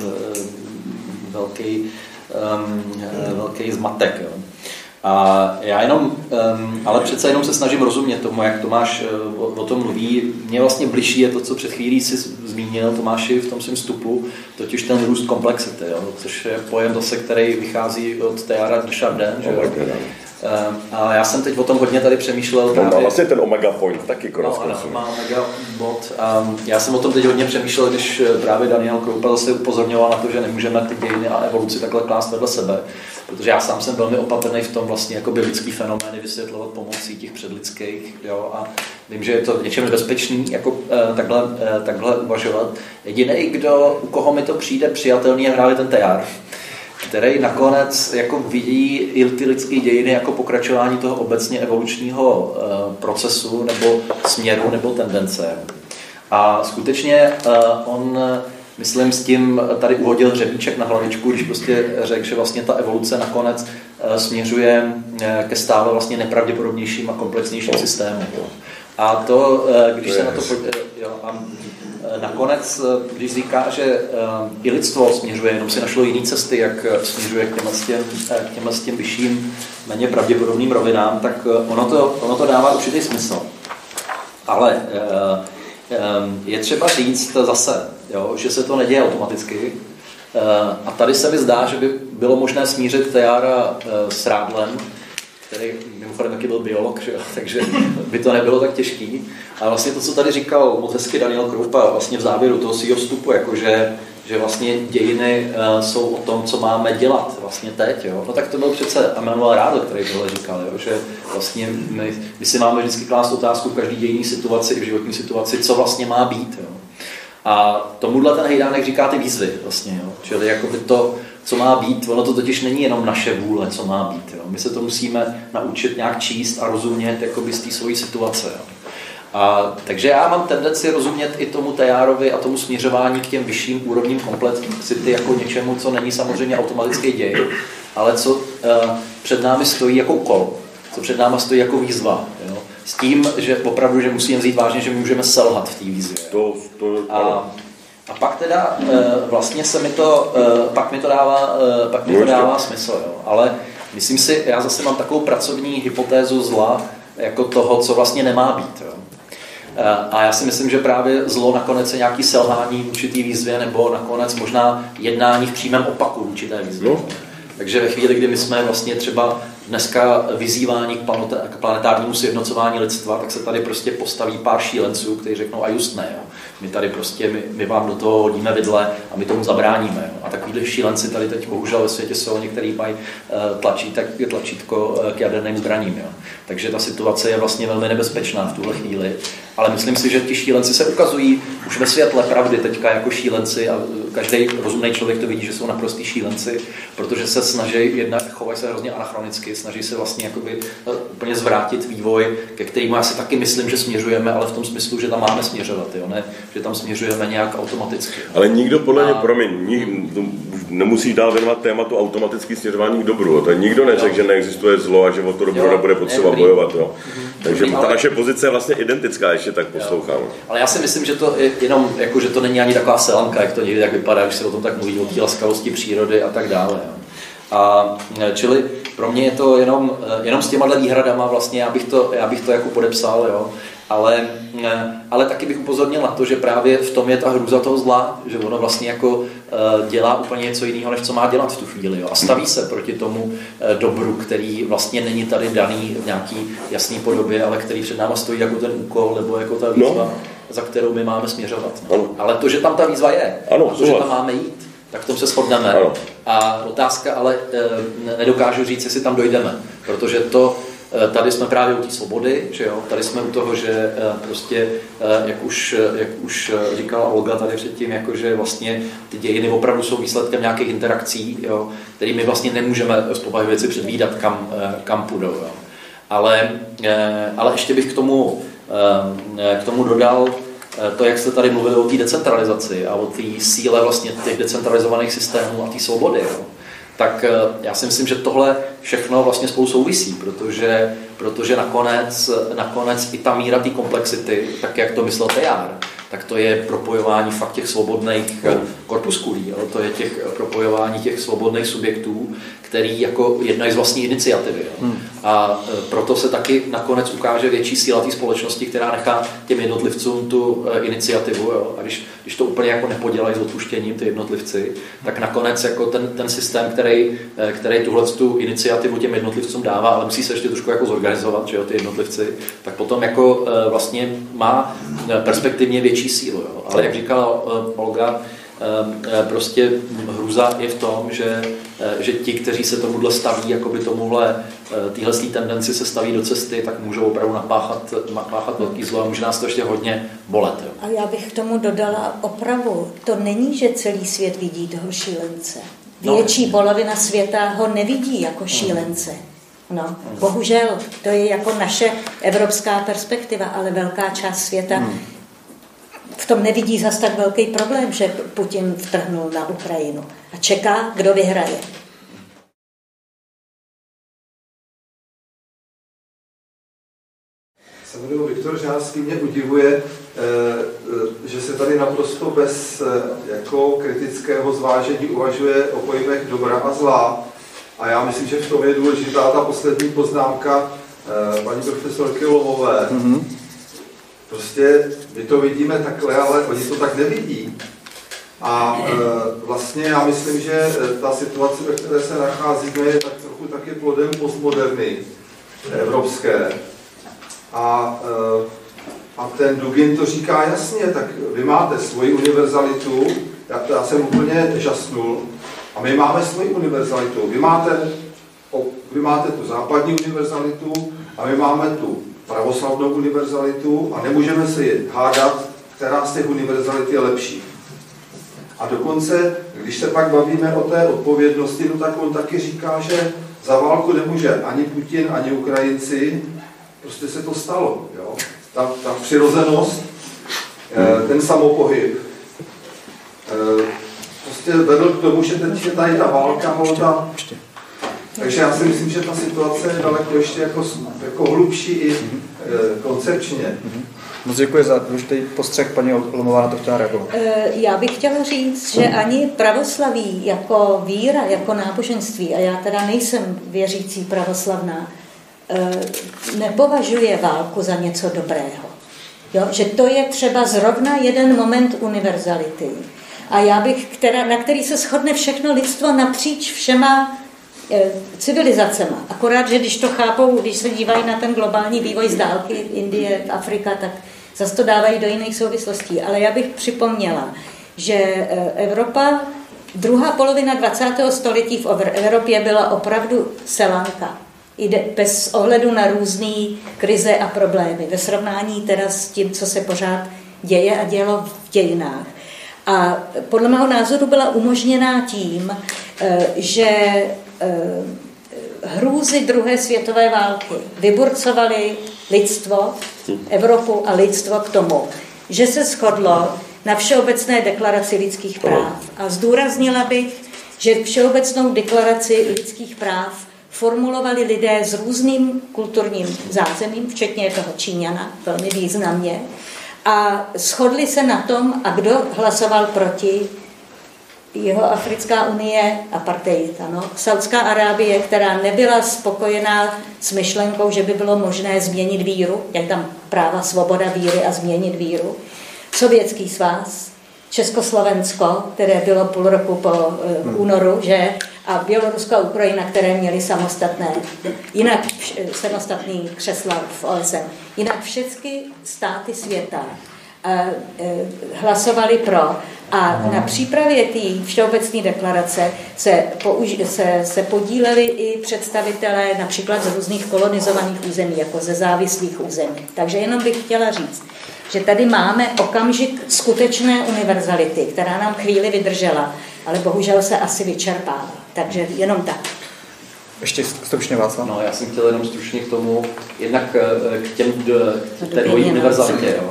velký, um, velký zmatek. Jo. A já jenom, um, ale přece jenom se snažím rozumět tomu, jak Tomáš uh, o, o tom mluví. Mně vlastně bližší je to, co před chvílí si zmínil Tomáši v tom svém vstupu, totiž ten růst komplexity, jo, což je pojem zase, který vychází od Teilhara de Chardin. Že? Um, a já jsem teď o tom hodně tady přemýšlel. No, má vlastně ten omega point taky konec no, ano, má omega bod. Um, já jsem o tom teď hodně přemýšlel, když právě Daniel Kroupa zase upozorňoval na to, že nemůžeme ty dějiny a evoluci takhle klást vedle sebe. Protože já sám jsem velmi opatrný v tom vlastně jakoby lidský fenomény vysvětlovat pomocí těch předlidských, jo, a vím, že je to v něčem nebezpečný jako uh, takhle, uh, takhle uvažovat. Jediný, kdo, u koho mi to přijde přijatelný, je právě ten Teilhar, který nakonec jako vidí i ty lidské dějiny jako pokračování toho obecně evolučního uh, procesu nebo směru nebo tendence. A skutečně uh, on myslím, s tím tady uhodil hřebíček na hlavičku, když prostě řekl, že vlastně ta evoluce nakonec směřuje ke stále vlastně nepravděpodobnějším a komplexnějším systému. A to, když se na to... Jo, a, nakonec, když říká, že i lidstvo směřuje, jenom si našlo jiné cesty, jak směřuje k těmhle, těm, k těmhle těm vyšším, méně pravděpodobným rovinám, tak ono to, ono to dává určitý smysl. Ale je třeba říct zase, jo, že se to neděje automaticky. A tady se mi zdá, že by bylo možné smířit Teilhara s Rádlem, který mimochodem taky byl biolog, že jo? Takže by to nebylo tak těžký. A vlastně to, co tady říkal moc hezky Daniel Kroupa vlastně v závěru toho svého vstupu, jakože že vlastně dějiny uh, jsou o tom, co máme dělat vlastně teď. Jo? No tak to byl přece Emanuel Rádl, který tohle říkal, jo? Že vlastně my, my si máme vždycky klást otázku v každý dějinné situaci i v životní situaci, co vlastně má být. Jo? A tomuhle ten Hejdánek říká ty výzvy vlastně, jo? Čili jakoby to, co má být, ono to totiž není jenom naše vůle, co má být. Jo? My se to musíme naučit nějak číst a rozumět jakoby z té svojí situace. Jo? A, takže já mám tendenci rozumět i tomu Teilharovi a tomu směřování k těm vyšším úrovním komplexity jako něčemu, co není samozřejmě automatický děj, ale co uh, před námi stojí jako úkol, co před námi stojí jako výzva. Jo? S tím, že opravdu, že musíme vzít vážně, že my můžeme selhat v té výzvě. To, to, a, a pak teda uh, vlastně se mi to, uh, pak mi to dává, uh, pak mi to dává smysl. Jo? Ale myslím si, já zase mám takovou pracovní hypotézu zla, jako toho, co vlastně nemá být. Jo? A já si myslím, že právě zlo nakonec je nějaký selhání v určitý výzvě nebo nakonec možná jednání v přímém opaku určité výzvy. No. Takže ve chvíli, kdy my jsme vlastně třeba dneska vyzýváni k planetárnímu sjednocování lidstva, tak se tady prostě postaví pár šílenců, kteří řeknou a just ne. Jo. My tady prostě, my, my vám do toho hodíme vidle a my tomu zabráníme. Jo. A takovýhle šílenci tady teď bohužel ve světě jsou, některý mají uh, tlačí, tak je tlačítko uh, k jaderným zbraním. Jo. Takže ta situace je vlastně velmi nebezpečná v tuhle chvíli. Ale myslím si, že ti šílenci se ukazují už ve světle pravdy teďka jako šílenci a každý rozumný člověk to vidí, že jsou naprostý šílenci, protože se snaží, jednak chovají se hrozně anachronicky, snaží se vlastně jakoby úplně zvrátit vývoj, ke kterému já si taky myslím, že směřujeme, ale v tom smyslu, že tam máme směřovat, jo? Ne, že tam směřujeme nějak automaticky. Ale nikdo podle mě, a... promiň, nik, nemusí dál věnovat tématu automatický směřování k dobru. To nikdo neřekl, že neexistuje zlo a že o to dobro jo, nebude potřeba ne, bojovat. Jo? Mhm. Takže dobrý, ta ale... naše pozice je vlastně identická, ještě tak poslouchám. Jo. Ale já si myslím, že to je jenom, jako, že to není ani taková selanka, jak to někdy tak vypadá, když se o tom tak mluví, o té laskavosti přírody a tak dále. Jo. A čili pro mě je to jenom, jenom s těma výhradama vlastně, já bych to, já bych to jako podepsal, jo. Ale, ale taky bych upozornil na to, že právě v tom je ta hrůza toho zla, že ono vlastně jako dělá úplně něco jiného, než co má dělat v tu chvíli. Jo. A staví se proti tomu dobru, který vlastně není tady daný v nějaký jasný podobě, ale který před náma stojí jako ten úkol, nebo jako ta výzva, no. za kterou my máme směřovat. No. Ale to, že tam ta výzva je, ano, a to, že tam máme jít, tak v tom se shodneme. Ano. A otázka ale e, nedokážu říct, jestli tam dojdeme, protože to tady jsme právě u té svobody, že jo? Tady jsme u toho, že prostě, jak už, jak už říkala Olga tady předtím, jakože vlastně ty dějiny opravdu jsou výsledkem nějakých interakcí, jo? Kterými vlastně nemůžeme z povahy věci předvídat, kam, kam půjdou. Jo? Ale, ale ještě bych k tomu, k tomu dodal to, jak jste tady mluvili o té decentralizaci a o té síle vlastně těch decentralizovaných systémů a té svobody. Jo? Tak já si myslím, že tohle všechno vlastně spolu souvisí, protože, protože nakonec, nakonec i ta míra té komplexity, tak jak to myslel Teilhar, tak to je propojování fakt těch svobodných korpuskulí, jo? To je těch propojování těch svobodných subjektů, který jako jednají z vlastní iniciativy. Jo? Hmm. A proto se taky nakonec ukáže větší síla té společnosti, která nechá těm jednotlivcům tu iniciativu. Jo? A když, když to úplně jako nepodělají s odpuštěním ty jednotlivci, tak nakonec jako ten, ten systém, který, který tuhle tu iniciativu těm jednotlivcům dává, ale musí se ještě trošku jako zorganizovat, že jo, ty jednotlivci, tak potom jako vlastně má perspektivně větší sílu. Jo? Ale jak říkala Olga, prostě hrůza je v tom, že, že ti, kteří se tomuhle staví, jakoby tomuhle, téhle tendenci se staví do cesty, tak můžou opravdu napáchat, napáchat velký zlo a může nás to ještě hodně bolet. Jo. A já bych k tomu dodala opravu. To není, že celý svět vidí toho šílence. Větší no. polovina světa ho nevidí jako šílence. No, bohužel, to je jako naše evropská perspektiva, ale velká část světa hmm. v tom nevidí zas tak velký problém, že Putin vtrhnul na Ukrajinu a čeká, kdo vyhraje. se jmenuji Viktor Žářský, mě udivuje, že se tady naprosto bez jako kritického zvážení uvažuje o pojmech dobra a zla. A já myslím, že v tom je důležitá ta poslední poznámka paní profesorky Lomové. Mm-hmm. Prostě my to vidíme takhle, ale oni to tak nevidí. A vlastně já myslím, že ta situace, ve které se nacházíme, je tak trochu taky plodem postmoderny evropské. A, a ten Dugin to říká jasně, tak vy máte svoji univerzalitu, já, já jsem úplně žasnul, a my máme svoji univerzalitu. Vy máte, vy máte tu západní univerzalitu a my máme tu pravoslavnou univerzalitu a nemůžeme se hádat, která z těch univerzalit je lepší. A dokonce, když se pak bavíme o té odpovědnosti, no tak on taky říká, že za válku nemůže ani Putin, ani Ukrajinci. Prostě se to stalo. Jo? Ta, ta přirozenost, ten samopohyb, prostě vedl k tomu, že teď je tady ta válka, holda. Takže já si myslím, že ta situace je daleko ještě jako, jako hlubší i e, koncepčně. Moc děkuji za důležitý postřeh, paní Lomová na to chtěla reagovat. Já bych chtěla říct, že ani pravoslaví jako víra, jako náboženství, a já teda nejsem věřící pravoslavná, nepovažuje válku za něco dobrého. Jo? Že to je třeba zrovna jeden moment univerzality. A já bych, která, na který se shodne všechno lidstvo napříč všema e, civilizacema. Akorát, že když to chápou, když se dívají na ten globální vývoj z dálky, Indie, Afrika, tak zase to dávají do jiných souvislostí. Ale já bych připomněla, že Evropa, druhá polovina dvacátého století v Evropě byla opravdu selánka. Jde bez ohledu na různé krize a problémy. Ve srovnání teda s tím, co se pořád děje a dělo v dějinách. A podle mého názoru byla umožněná tím, že hrůzy druhé světové války vyburcovaly lidstvo, Evropu a lidstvo k tomu, že se shodlo na Všeobecné deklaraci lidských práv. A zdůraznila bych, že Všeobecnou deklaraci lidských práv formulovali lidé s různým kulturním zázemím, včetně toho Číňana, velmi významně, a shodli se na tom, a kdo hlasoval proti, Jihoafrická unie, apartheid, ano. Saudská Arábie, která nebyla spokojená s myšlenkou, že by bylo možné změnit víru, jak tam práva svoboda víry a změnit víru. Sovětský svaz, Československo, které bylo půl roku po uh, únoru, že? A Bělorusko a Ukrajina, které měly samostatné, jinak samostatný křesla v O S N. Jinak všechny státy světa uh, uh, hlasovali pro. A na přípravě té Všeobecné deklarace se, použi- se, se podíleli i představitelé například z různých kolonizovaných území, jako ze závislých území. Takže jenom bych chtěla říct, že tady máme okamžik skutečné univerzality, která nám chvíli vydržela, ale bohužel se asi vyčerpává. Takže jenom tak. Ještě stručně Václav. No, já jsem chtěl jenom stručně k tomu, jednak k těm, k té dvojí univerzalitě, jo.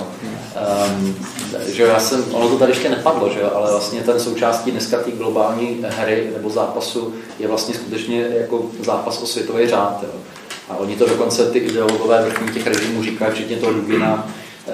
Um, že já jsem, ono to tady ještě nepadlo, že jo, ale vlastně ten součástí dneska té globální hry nebo zápasu je vlastně skutečně jako zápas o světový řád, jo. A oni to dokonce ty ideologové vrchní těch režimů říkají, včetně toho Dugina,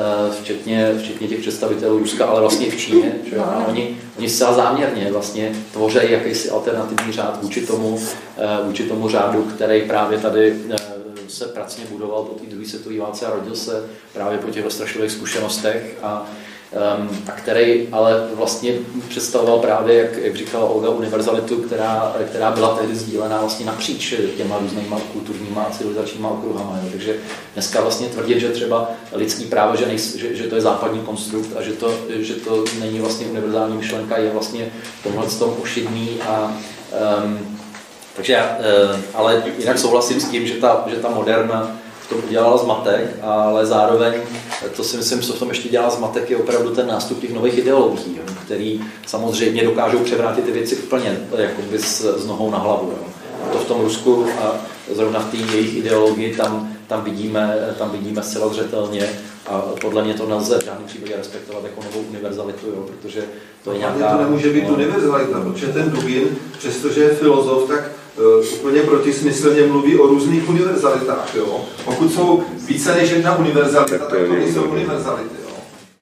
včetně, včetně těch představitelů Ruska, ale vlastně i v Číně. Že? A oni, oni zcela záměrně vlastně tvoří jakýsi alternativní řád vůči tomu, vůči tomu řádu, který právě tady se pracně budoval po té druhé světové válce a rodil se právě po těch rozstrašilých zkušenostech a, um, a který ale vlastně představoval právě, jak, jak říkala Olga, univerzalitu, která, která byla tehdy sdílená vlastně napříč těma různýma kulturníma a civilizačníma okruhama. Jo. Takže dneska vlastně tvrdit, že třeba lidský právo, že, nej, že, že to je západní konstrukt a že to, že to není vlastně univerzální myšlenka, je vlastně v tomhle tom ošidný a um, takže já, ale jinak souhlasím s tím, že ta, že ta moderna v tom udělala zmatek, ale zároveň to si myslím, co v tom ještě dělá zmatek, je opravdu ten nástup těch nových ideologií, jo, který samozřejmě dokážou převrátit ty věci úplně jakoby s, s nohou na hlavu. Jo. To v tom Rusku a zrovna v té jejich ideologii tam, tam, vidíme, tam vidíme zcela zřetelně a podle mě to nelze v žádném případě respektovat jako novou univerzalitu, jo, protože to je nějaká... To nemůže být no, univerzalita, protože ten Dugin, přestože je filozof, tak úplně protismyslně mluví o různých univerzalitách. Jo? Pokud jsou více než jedna univerzalita, tak to nejsou univerzality. Jo?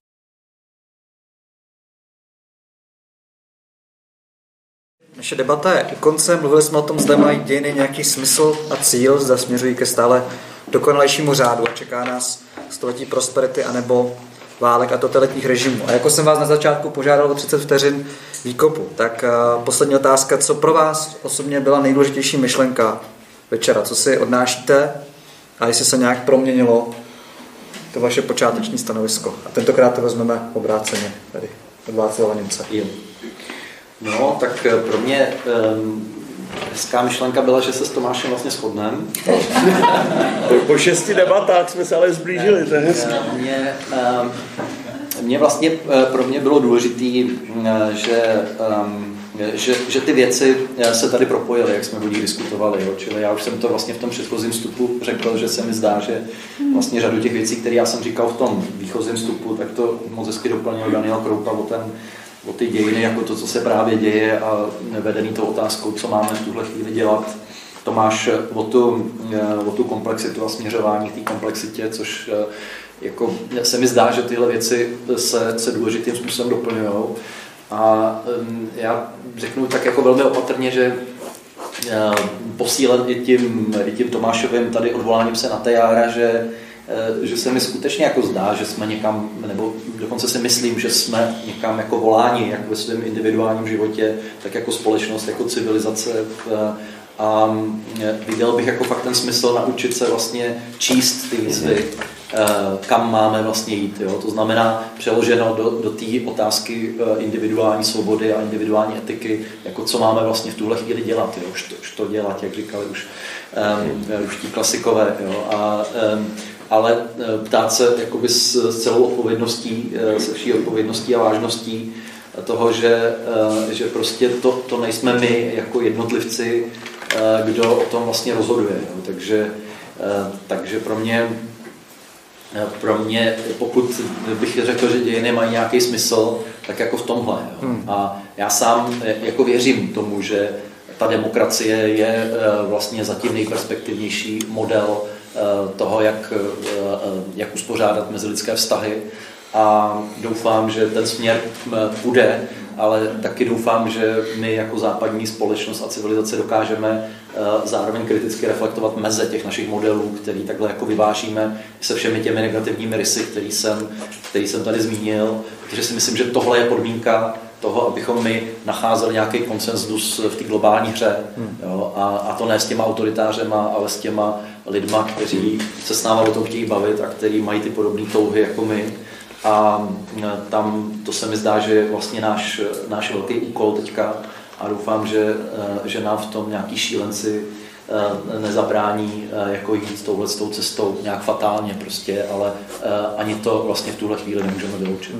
Naše debata je u konce. Mluvili jsme o tom, zda mají dějiny nějaký smysl a cíl, zda směřují ke stále dokonalejšímu řádu a čeká nás století prosperity anebo válek a totalitních režimů. A jako jsem vás na začátku požádal o třicet vteřin výkopu, tak uh, poslední otázka, co pro vás osobně byla nejdůležitější myšlenka večera, co si odnášíte a jestli se nějak proměnilo to vaše počáteční stanovisko. A tentokrát to vezmeme obráceně tady od Václava Němce. No, tak pro mě um, hezká myšlenka byla, že se s Tomášem vlastně shodneme. Po šesti debatách jsme se ale zblížili, to je hezké. Mě, um, mě vlastně pro mě bylo důležitý, že, um, že, že ty věci se tady propojily, jak jsme o nich diskutovali. Jo. Čili já už jsem to vlastně v tom předchozím vstupu řekl, že se mi zdá, že vlastně řadu těch věcí, které já jsem říkal v tom výchozím vstupu, tak to moc hezky doplnil Daniel Kroupa o ten o ty dějiny, jako to, co se právě děje a vedený tou otázkou, co máme v tuhle chvíli dělat. Tomáš o tu, o tu komplexitu a směřování k té komplexitě, což jako se mi zdá, že tyhle věci se, se důležitým způsobem doplňují. A já řeknu tak jako velmi opatrně, že posílen i tím, i tím Tomášovým tady odvoláním se na Tejára, že že se mi skutečně jako zdá, že jsme někam, nebo dokonce si myslím, že jsme někam jako voláni, jak ve svém individuálním životě, tak jako společnost, jako civilizace. A viděl bych jako fakt ten smysl naučit se vlastně číst ty výzvy, kam máme vlastně jít. Jo? To znamená přeloženo do, do té otázky individuální svobody a individuální etiky, jako co máme vlastně v tuhle chvíli dělat. Jo? Už, to, už to dělat, jak říkali už, um, už tí klasikové. Jo? A, um, ale ptát se jakoby s celou odpovědností, se vší odpovědností a vážností toho, že, že prostě to, to nejsme my jako jednotlivci, kdo o tom vlastně rozhoduje. Jo? Takže, takže pro mě, pro mě, pokud bych řekl, že dějiny mají nějaký smysl, tak jako v tomhle. Jo? A já sám jako věřím tomu, že ta demokracie je vlastně zatím nejperspektivnější model toho, jak, jak uspořádat mezilidské vztahy a doufám, že ten směr půjde, ale taky doufám, že my jako západní společnost a civilizace dokážeme zároveň kriticky reflektovat meze těch našich modelů, který takhle jako vyvážíme se všemi těmi negativními rysy, který jsem, který jsem tady zmínil, protože si myslím, že tohle je podmínka toho, abychom my nacházeli nějaký konsenzus v té globální hře. Hmm. Jo? A, a to ne s těma autoritářema, ale s těma lidma, kteří se s náma o tom chtějí bavit a kteří mají ty podobné touhy jako my. A tam to se mi zdá, že je vlastně náš, náš velký úkol teďka a doufám, že, že nám v tom nějaký šílenci nezabrání jako jít touhletou cestou nějak fatálně prostě, ale ani to vlastně v tuhle chvíli nemůžeme vyloučit.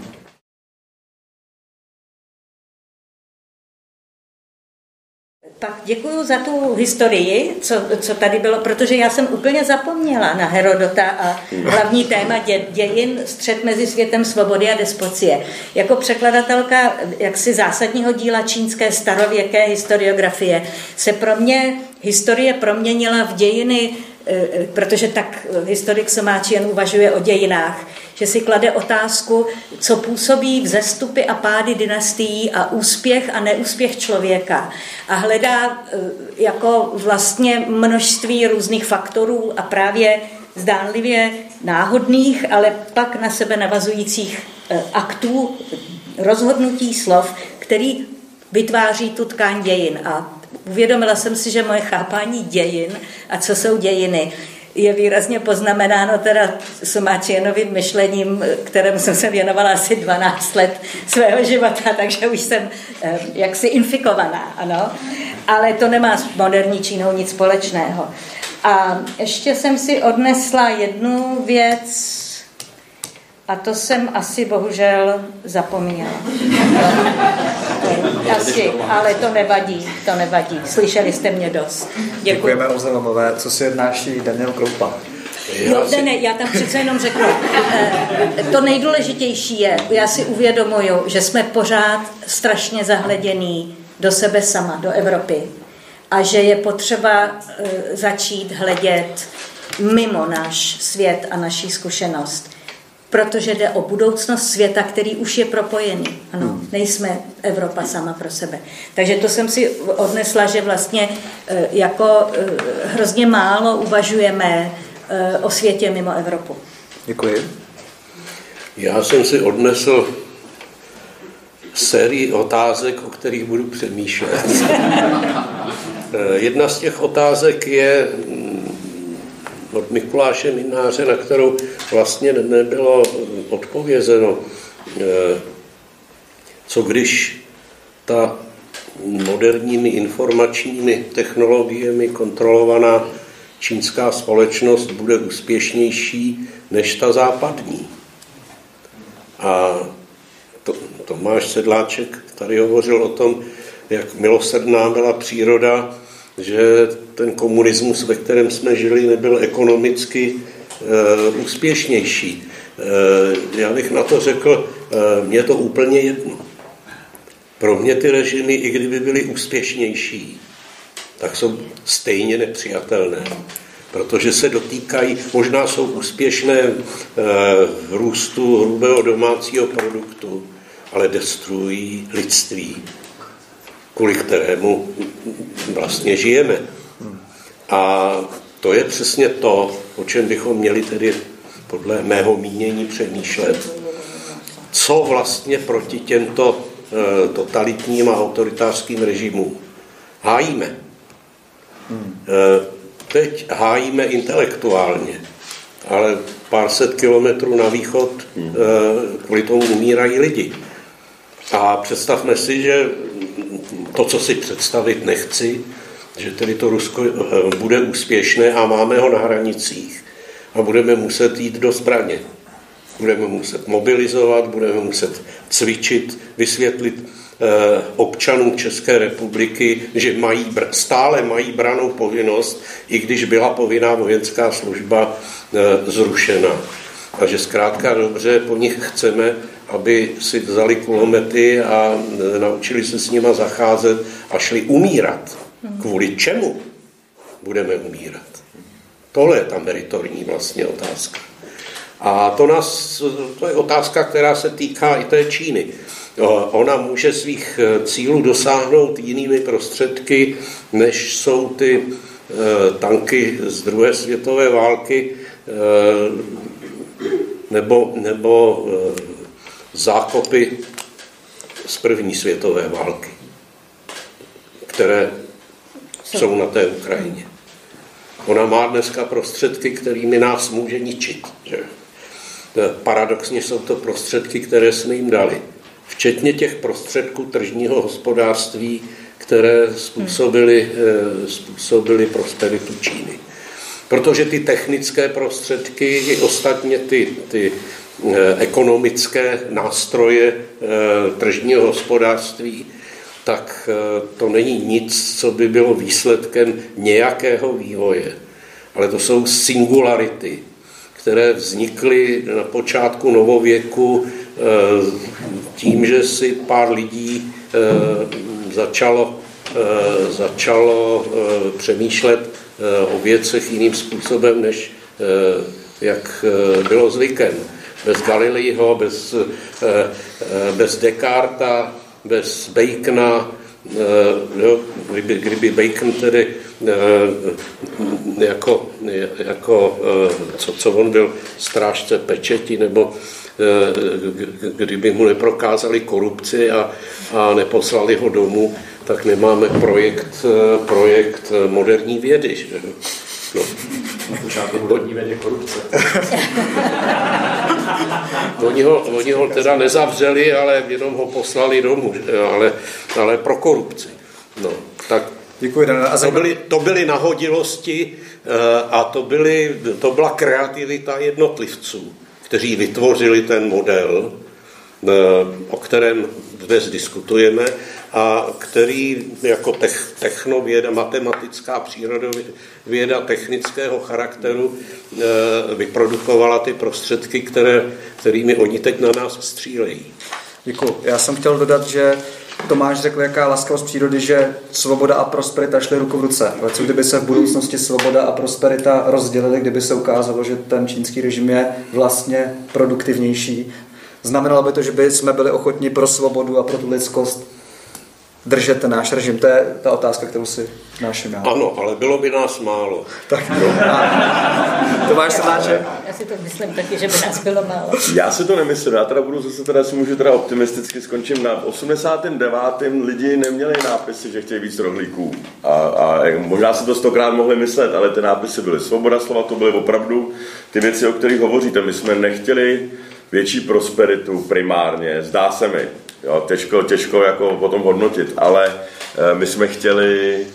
Tak děkuju za tu historii, co, co tady bylo, protože já jsem úplně zapomněla na Herodota a hlavní téma dě, dějin, střet mezi světem svobody a despocie. Jako překladatelka jaksi zásadního díla čínské starověké historiografie se pro mě historie proměnila v dějiny, protože tak historik Somáčian uvažuje o dějinách, že si klade otázku, co působí vzestupy a pády dynastií a úspěch a neúspěch člověka. A hledá jako vlastně množství různých faktorů a právě zdánlivě náhodných, ale pak na sebe navazujících aktů, rozhodnutí slov, který vytváří tu tkáň dějin. A uvědomila jsem si, že moje chápání dějin a co jsou dějiny je výrazně poznamenáno teda Somáčianovým myšlením, kterému jsem se věnovala asi dvanáct let svého života, takže už jsem eh, jaksi infikovaná, ano. Ale to nemá s moderní Čínou nic společného. A ještě jsem si odnesla jednu věc, a to jsem asi bohužel zapomněla. Asi, ale to nevadí, to nevadí. Slyšeli jste mě dost. Děkuji. Děkujeme Olze Lomové. Co si odnáší Daniel Kroupa? Jo, ne, ne, já tam přece jenom řeknu. To nejdůležitější je, já si uvědomuju, že jsme pořád strašně zahledění do sebe sama, do Evropy. a že je potřeba začít hledět mimo náš svět a naší zkušenost. Protože jde o budoucnost světa, který už je propojený. Ano, nejsme Evropa sama pro sebe. Takže to jsem si odnesla, že vlastně jako hrozně málo uvažujeme o světě mimo Evropu. Děkuji. Já jsem si odnesl sérii otázek, o kterých budu přemýšlet. Jedna z těch otázek je od Mikuláše Mináře, na kterou vlastně nebylo odpovězeno. Co když ta moderními informačními technologiemi kontrolovaná čínská společnost bude úspěšnější než ta západní? A to, Tomáš Sedláček tady hovořil o tom, jak milosrdná byla příroda, že ten komunismus, ve kterém jsme žili, nebyl ekonomicky e, úspěšnější. E, já bych na to řekl, e, mně je to úplně jedno. Pro mě ty režimy, i kdyby byly úspěšnější, tak jsou stejně nepřijatelné. Protože se dotýkají, možná jsou úspěšné v růstu hrubého domácího produktu, ale destruují lidství, kvůli kterému vlastně žijeme. A to je přesně to, o čem bychom měli tedy podle mého mínění přemýšlet. Co vlastně proti těmto totalitním a autoritářským režimům hájíme. Hmm. Teď hájíme intelektuálně, ale pár set kilometrů na východ hmm. kvůli tomu umírají lidi. A představme si, že to, co si představit nechci, že tedy to Rusko bude úspěšné a máme ho na hranicích a budeme muset jít do zbraně. Budeme muset mobilizovat, budeme muset cvičit, vysvětlit občanům České republiky, že mají, stále mají branou povinnost, i když byla povinná vojenská služba zrušena. A že zkrátka dobře po nich chceme, aby si vzali kulomety a naučili se s nima zacházet a šli umírat. Kvůli čemu budeme umírat? Tohle je ta meritorní vlastně otázka. A to, nás, to je otázka, která se týká i té Číny. Ona může svých cílů dosáhnout jinými prostředky, než jsou ty tanky z druhé světové války nebo, nebo zákopy z první světové války, které jsou na té Ukrajině. Ona má dneska prostředky, kterými nás může ničit. Že? Paradoxně jsou to prostředky, které jsme jim dali. Včetně těch prostředků tržního hospodářství, které způsobily, způsobily prosperitu Číny. Protože ty technické prostředky i ostatně ty, ty ekonomické nástroje tržního hospodářství, tak to není nic, co by bylo výsledkem nějakého vývoje. Ale to jsou singularity, které vznikly na počátku novověku tím, že si pár lidí začalo, začalo přemýšlet o věcech jiným způsobem, než jak bylo zvykem. Bez Galileiho, bez, bez Descarta, bez Bacona, jo, kdyby, kdyby Bacon tedy jako, jako co, co on byl strážce pečeti, nebo kdyby mu neprokázali korupci a, a neposlali ho domů, tak nemáme projekt, projekt moderní vědy. Že? No. Počátku moderní vědy korupce. Oni ho, oni ho teda nezavřeli, ale jenom ho poslali domů, ale, ale pro korupci. No, tak děkuji, Dana. To byly, to byly nahodilosti a to, byly, to byla kreativita jednotlivců, kteří vytvořili ten model, o kterém dnes diskutujeme a který jako technověda, matematická přírodověda technického charakteru vyprodukovala ty prostředky, které, kterými oni teď na nás střílejí. Děkuji. Já jsem chtěl dodat, že Tomáš řekl, jaká laskavost přírody, že svoboda a prosperita šly ruku v ruce. Ale co kdyby se v budoucnosti svoboda a prosperita rozdělily, kdyby se ukázalo, že ten čínský režim je vlastně produktivnější? Znamenalo by to, že by jsme byli ochotni pro svobodu a pro tu lidskost držet ten náš režim? To je ta otázka, kterou si náším já. Ano, ale bylo by nás málo. Tak to máš se náče? Já si to myslím taky, že by nás bylo málo. Já si to nemyslím, já teda budu zase teda si můžu teda optimisticky skončím. Na osmdesátém devátém lidi neměli nápisy, že chtějí víc rohlíků. A, a možná si to stokrát mohli myslet, ale ty nápisy byly svoboda slova, to byly opravdu ty věci, o kterých hovoříte. My jsme nechtěli větší prosperitu primárně, zdá se mi. Jo, těžko, těžko jako potom hodnotit, ale e, my jsme chtěli e,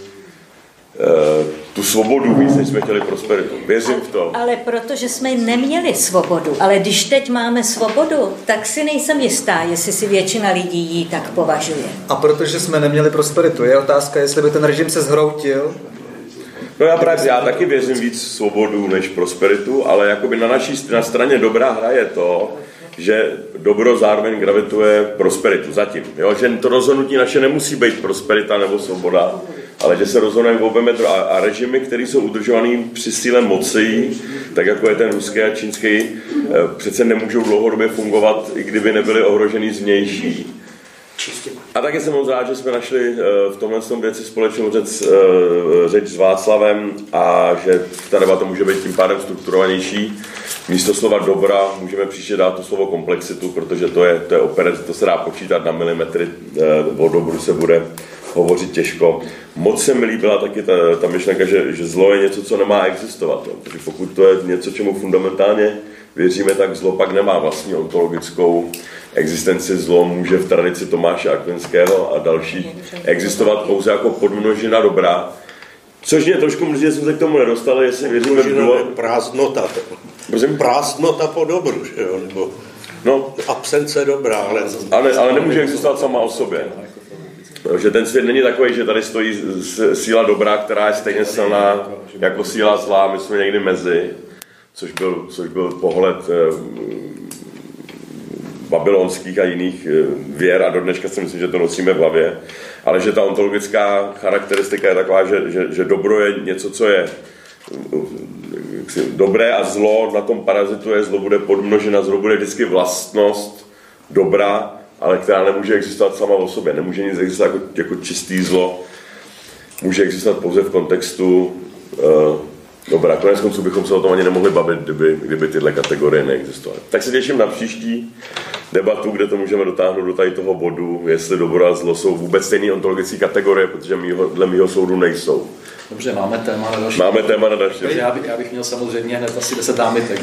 tu svobodu víc, než jsme chtěli prosperitu. Věřím v to. Ale protože jsme neměli svobodu, ale když teď máme svobodu, tak si nejsem jistá, jestli si většina lidí ji tak považuje. A protože jsme neměli prosperitu, je otázka, jestli by ten režim se zhroutil. No já právě, já taky věřím víc svobodu než prosperitu, ale jakoby na naší na straně dobrá hra je to, že dobro zároveň gravituje prosperitu zatím. Jo? Že to rozhodnutí naše nemusí být prosperita nebo svoboda, ale že se rozhodneme v obě a, a režimy, které jsou udržované při síle moci, tak jako je ten ruský a čínský, přece nemůžou dlouhodobě fungovat, i kdyby nebyly ohrožený zvnější. A taky jsem moc rád, že jsme našli v tomhle tom věci společnou řeč, řeč s Václavem a že ta debata může být tím pádem strukturovanější. Místo slova dobra můžeme příště dát to slovo komplexitu, protože to je, to je operace, to se dá počítat na milimetry, o dobru se bude hovořit těžko. Moc se mi líbila taky ta, ta myšlenka, že, že zlo je něco, co nemá existovat. Protože pokud to je něco, čemu fundamentálně věříme, tak zlo pak nemá vlastní ontologickou existenci. Zlo může v tradici Tomáše Akvinského a dalších existovat pouze jako podmnožina dobra. Což mě trošku mrzí, že jsme se k tomu nedostali, jestli věříme v bylo... Prázdnota. Prosím? Prázdnota po dobru, že jo? Nebo no, absence dobra, ale... ale... Ale nemůže existovat sama o sobě. Že ten svět není takový, že tady stojí síla dobra, která je stejně silná jako síla zlá, my jsme někdy mezi, což byl, což byl pohled eh, babylonských a jiných eh, věr a do dneška si myslím, že to nosíme v hlavě, ale že ta ontologická charakteristika je taková, že, že, že dobro je něco, co je dobré a zlo na tom parazituje, zlo bude podmnožena, zlo bude vždycky vlastnost dobra, ale která nemůže existovat sama o sobě. Nemůže nic existovat jako, jako čistý zlo. Může existovat pouze v kontextu uh, dobra. Konec konců bychom se o tom ani nemohli bavit, kdyby, kdyby tyhle kategorie neexistovaly. Tak se těším na příští debatu, kde to můžeme dotáhnout do tady toho bodu, jestli dobro a zlo jsou vůbec stejné ontologické kategorie, protože mýho, dle mýho soudu nejsou. Dobře, máme téma na další. Máme téma na další. Já, by, já bych měl samozřejmě hned asi deset námitek.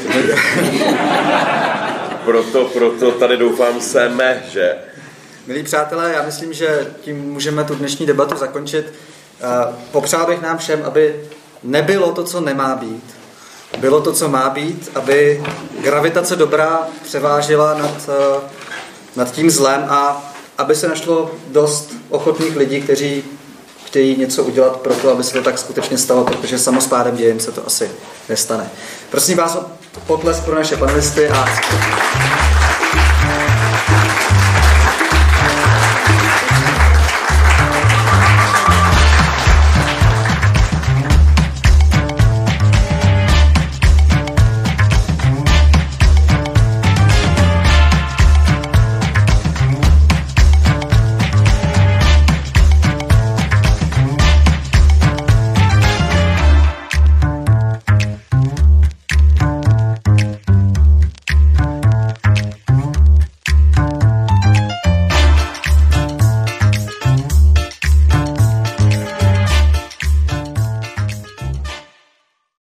proto, proto tady doufám jsme, že... Milí přátelé, já myslím, že tím můžeme tu dnešní debatu zakončit. Popřál bych nám všem, aby nebylo to, co nemá být. Bylo to, co má být, aby gravitace dobra převážila nad, nad tím zlem a aby se našlo dost ochotných lidí, kteří chtějí něco udělat pro to, aby se to tak skutečně stalo, protože samospádem dějin se to asi nestane. Prosím vás o potlesk pro naše panelisty a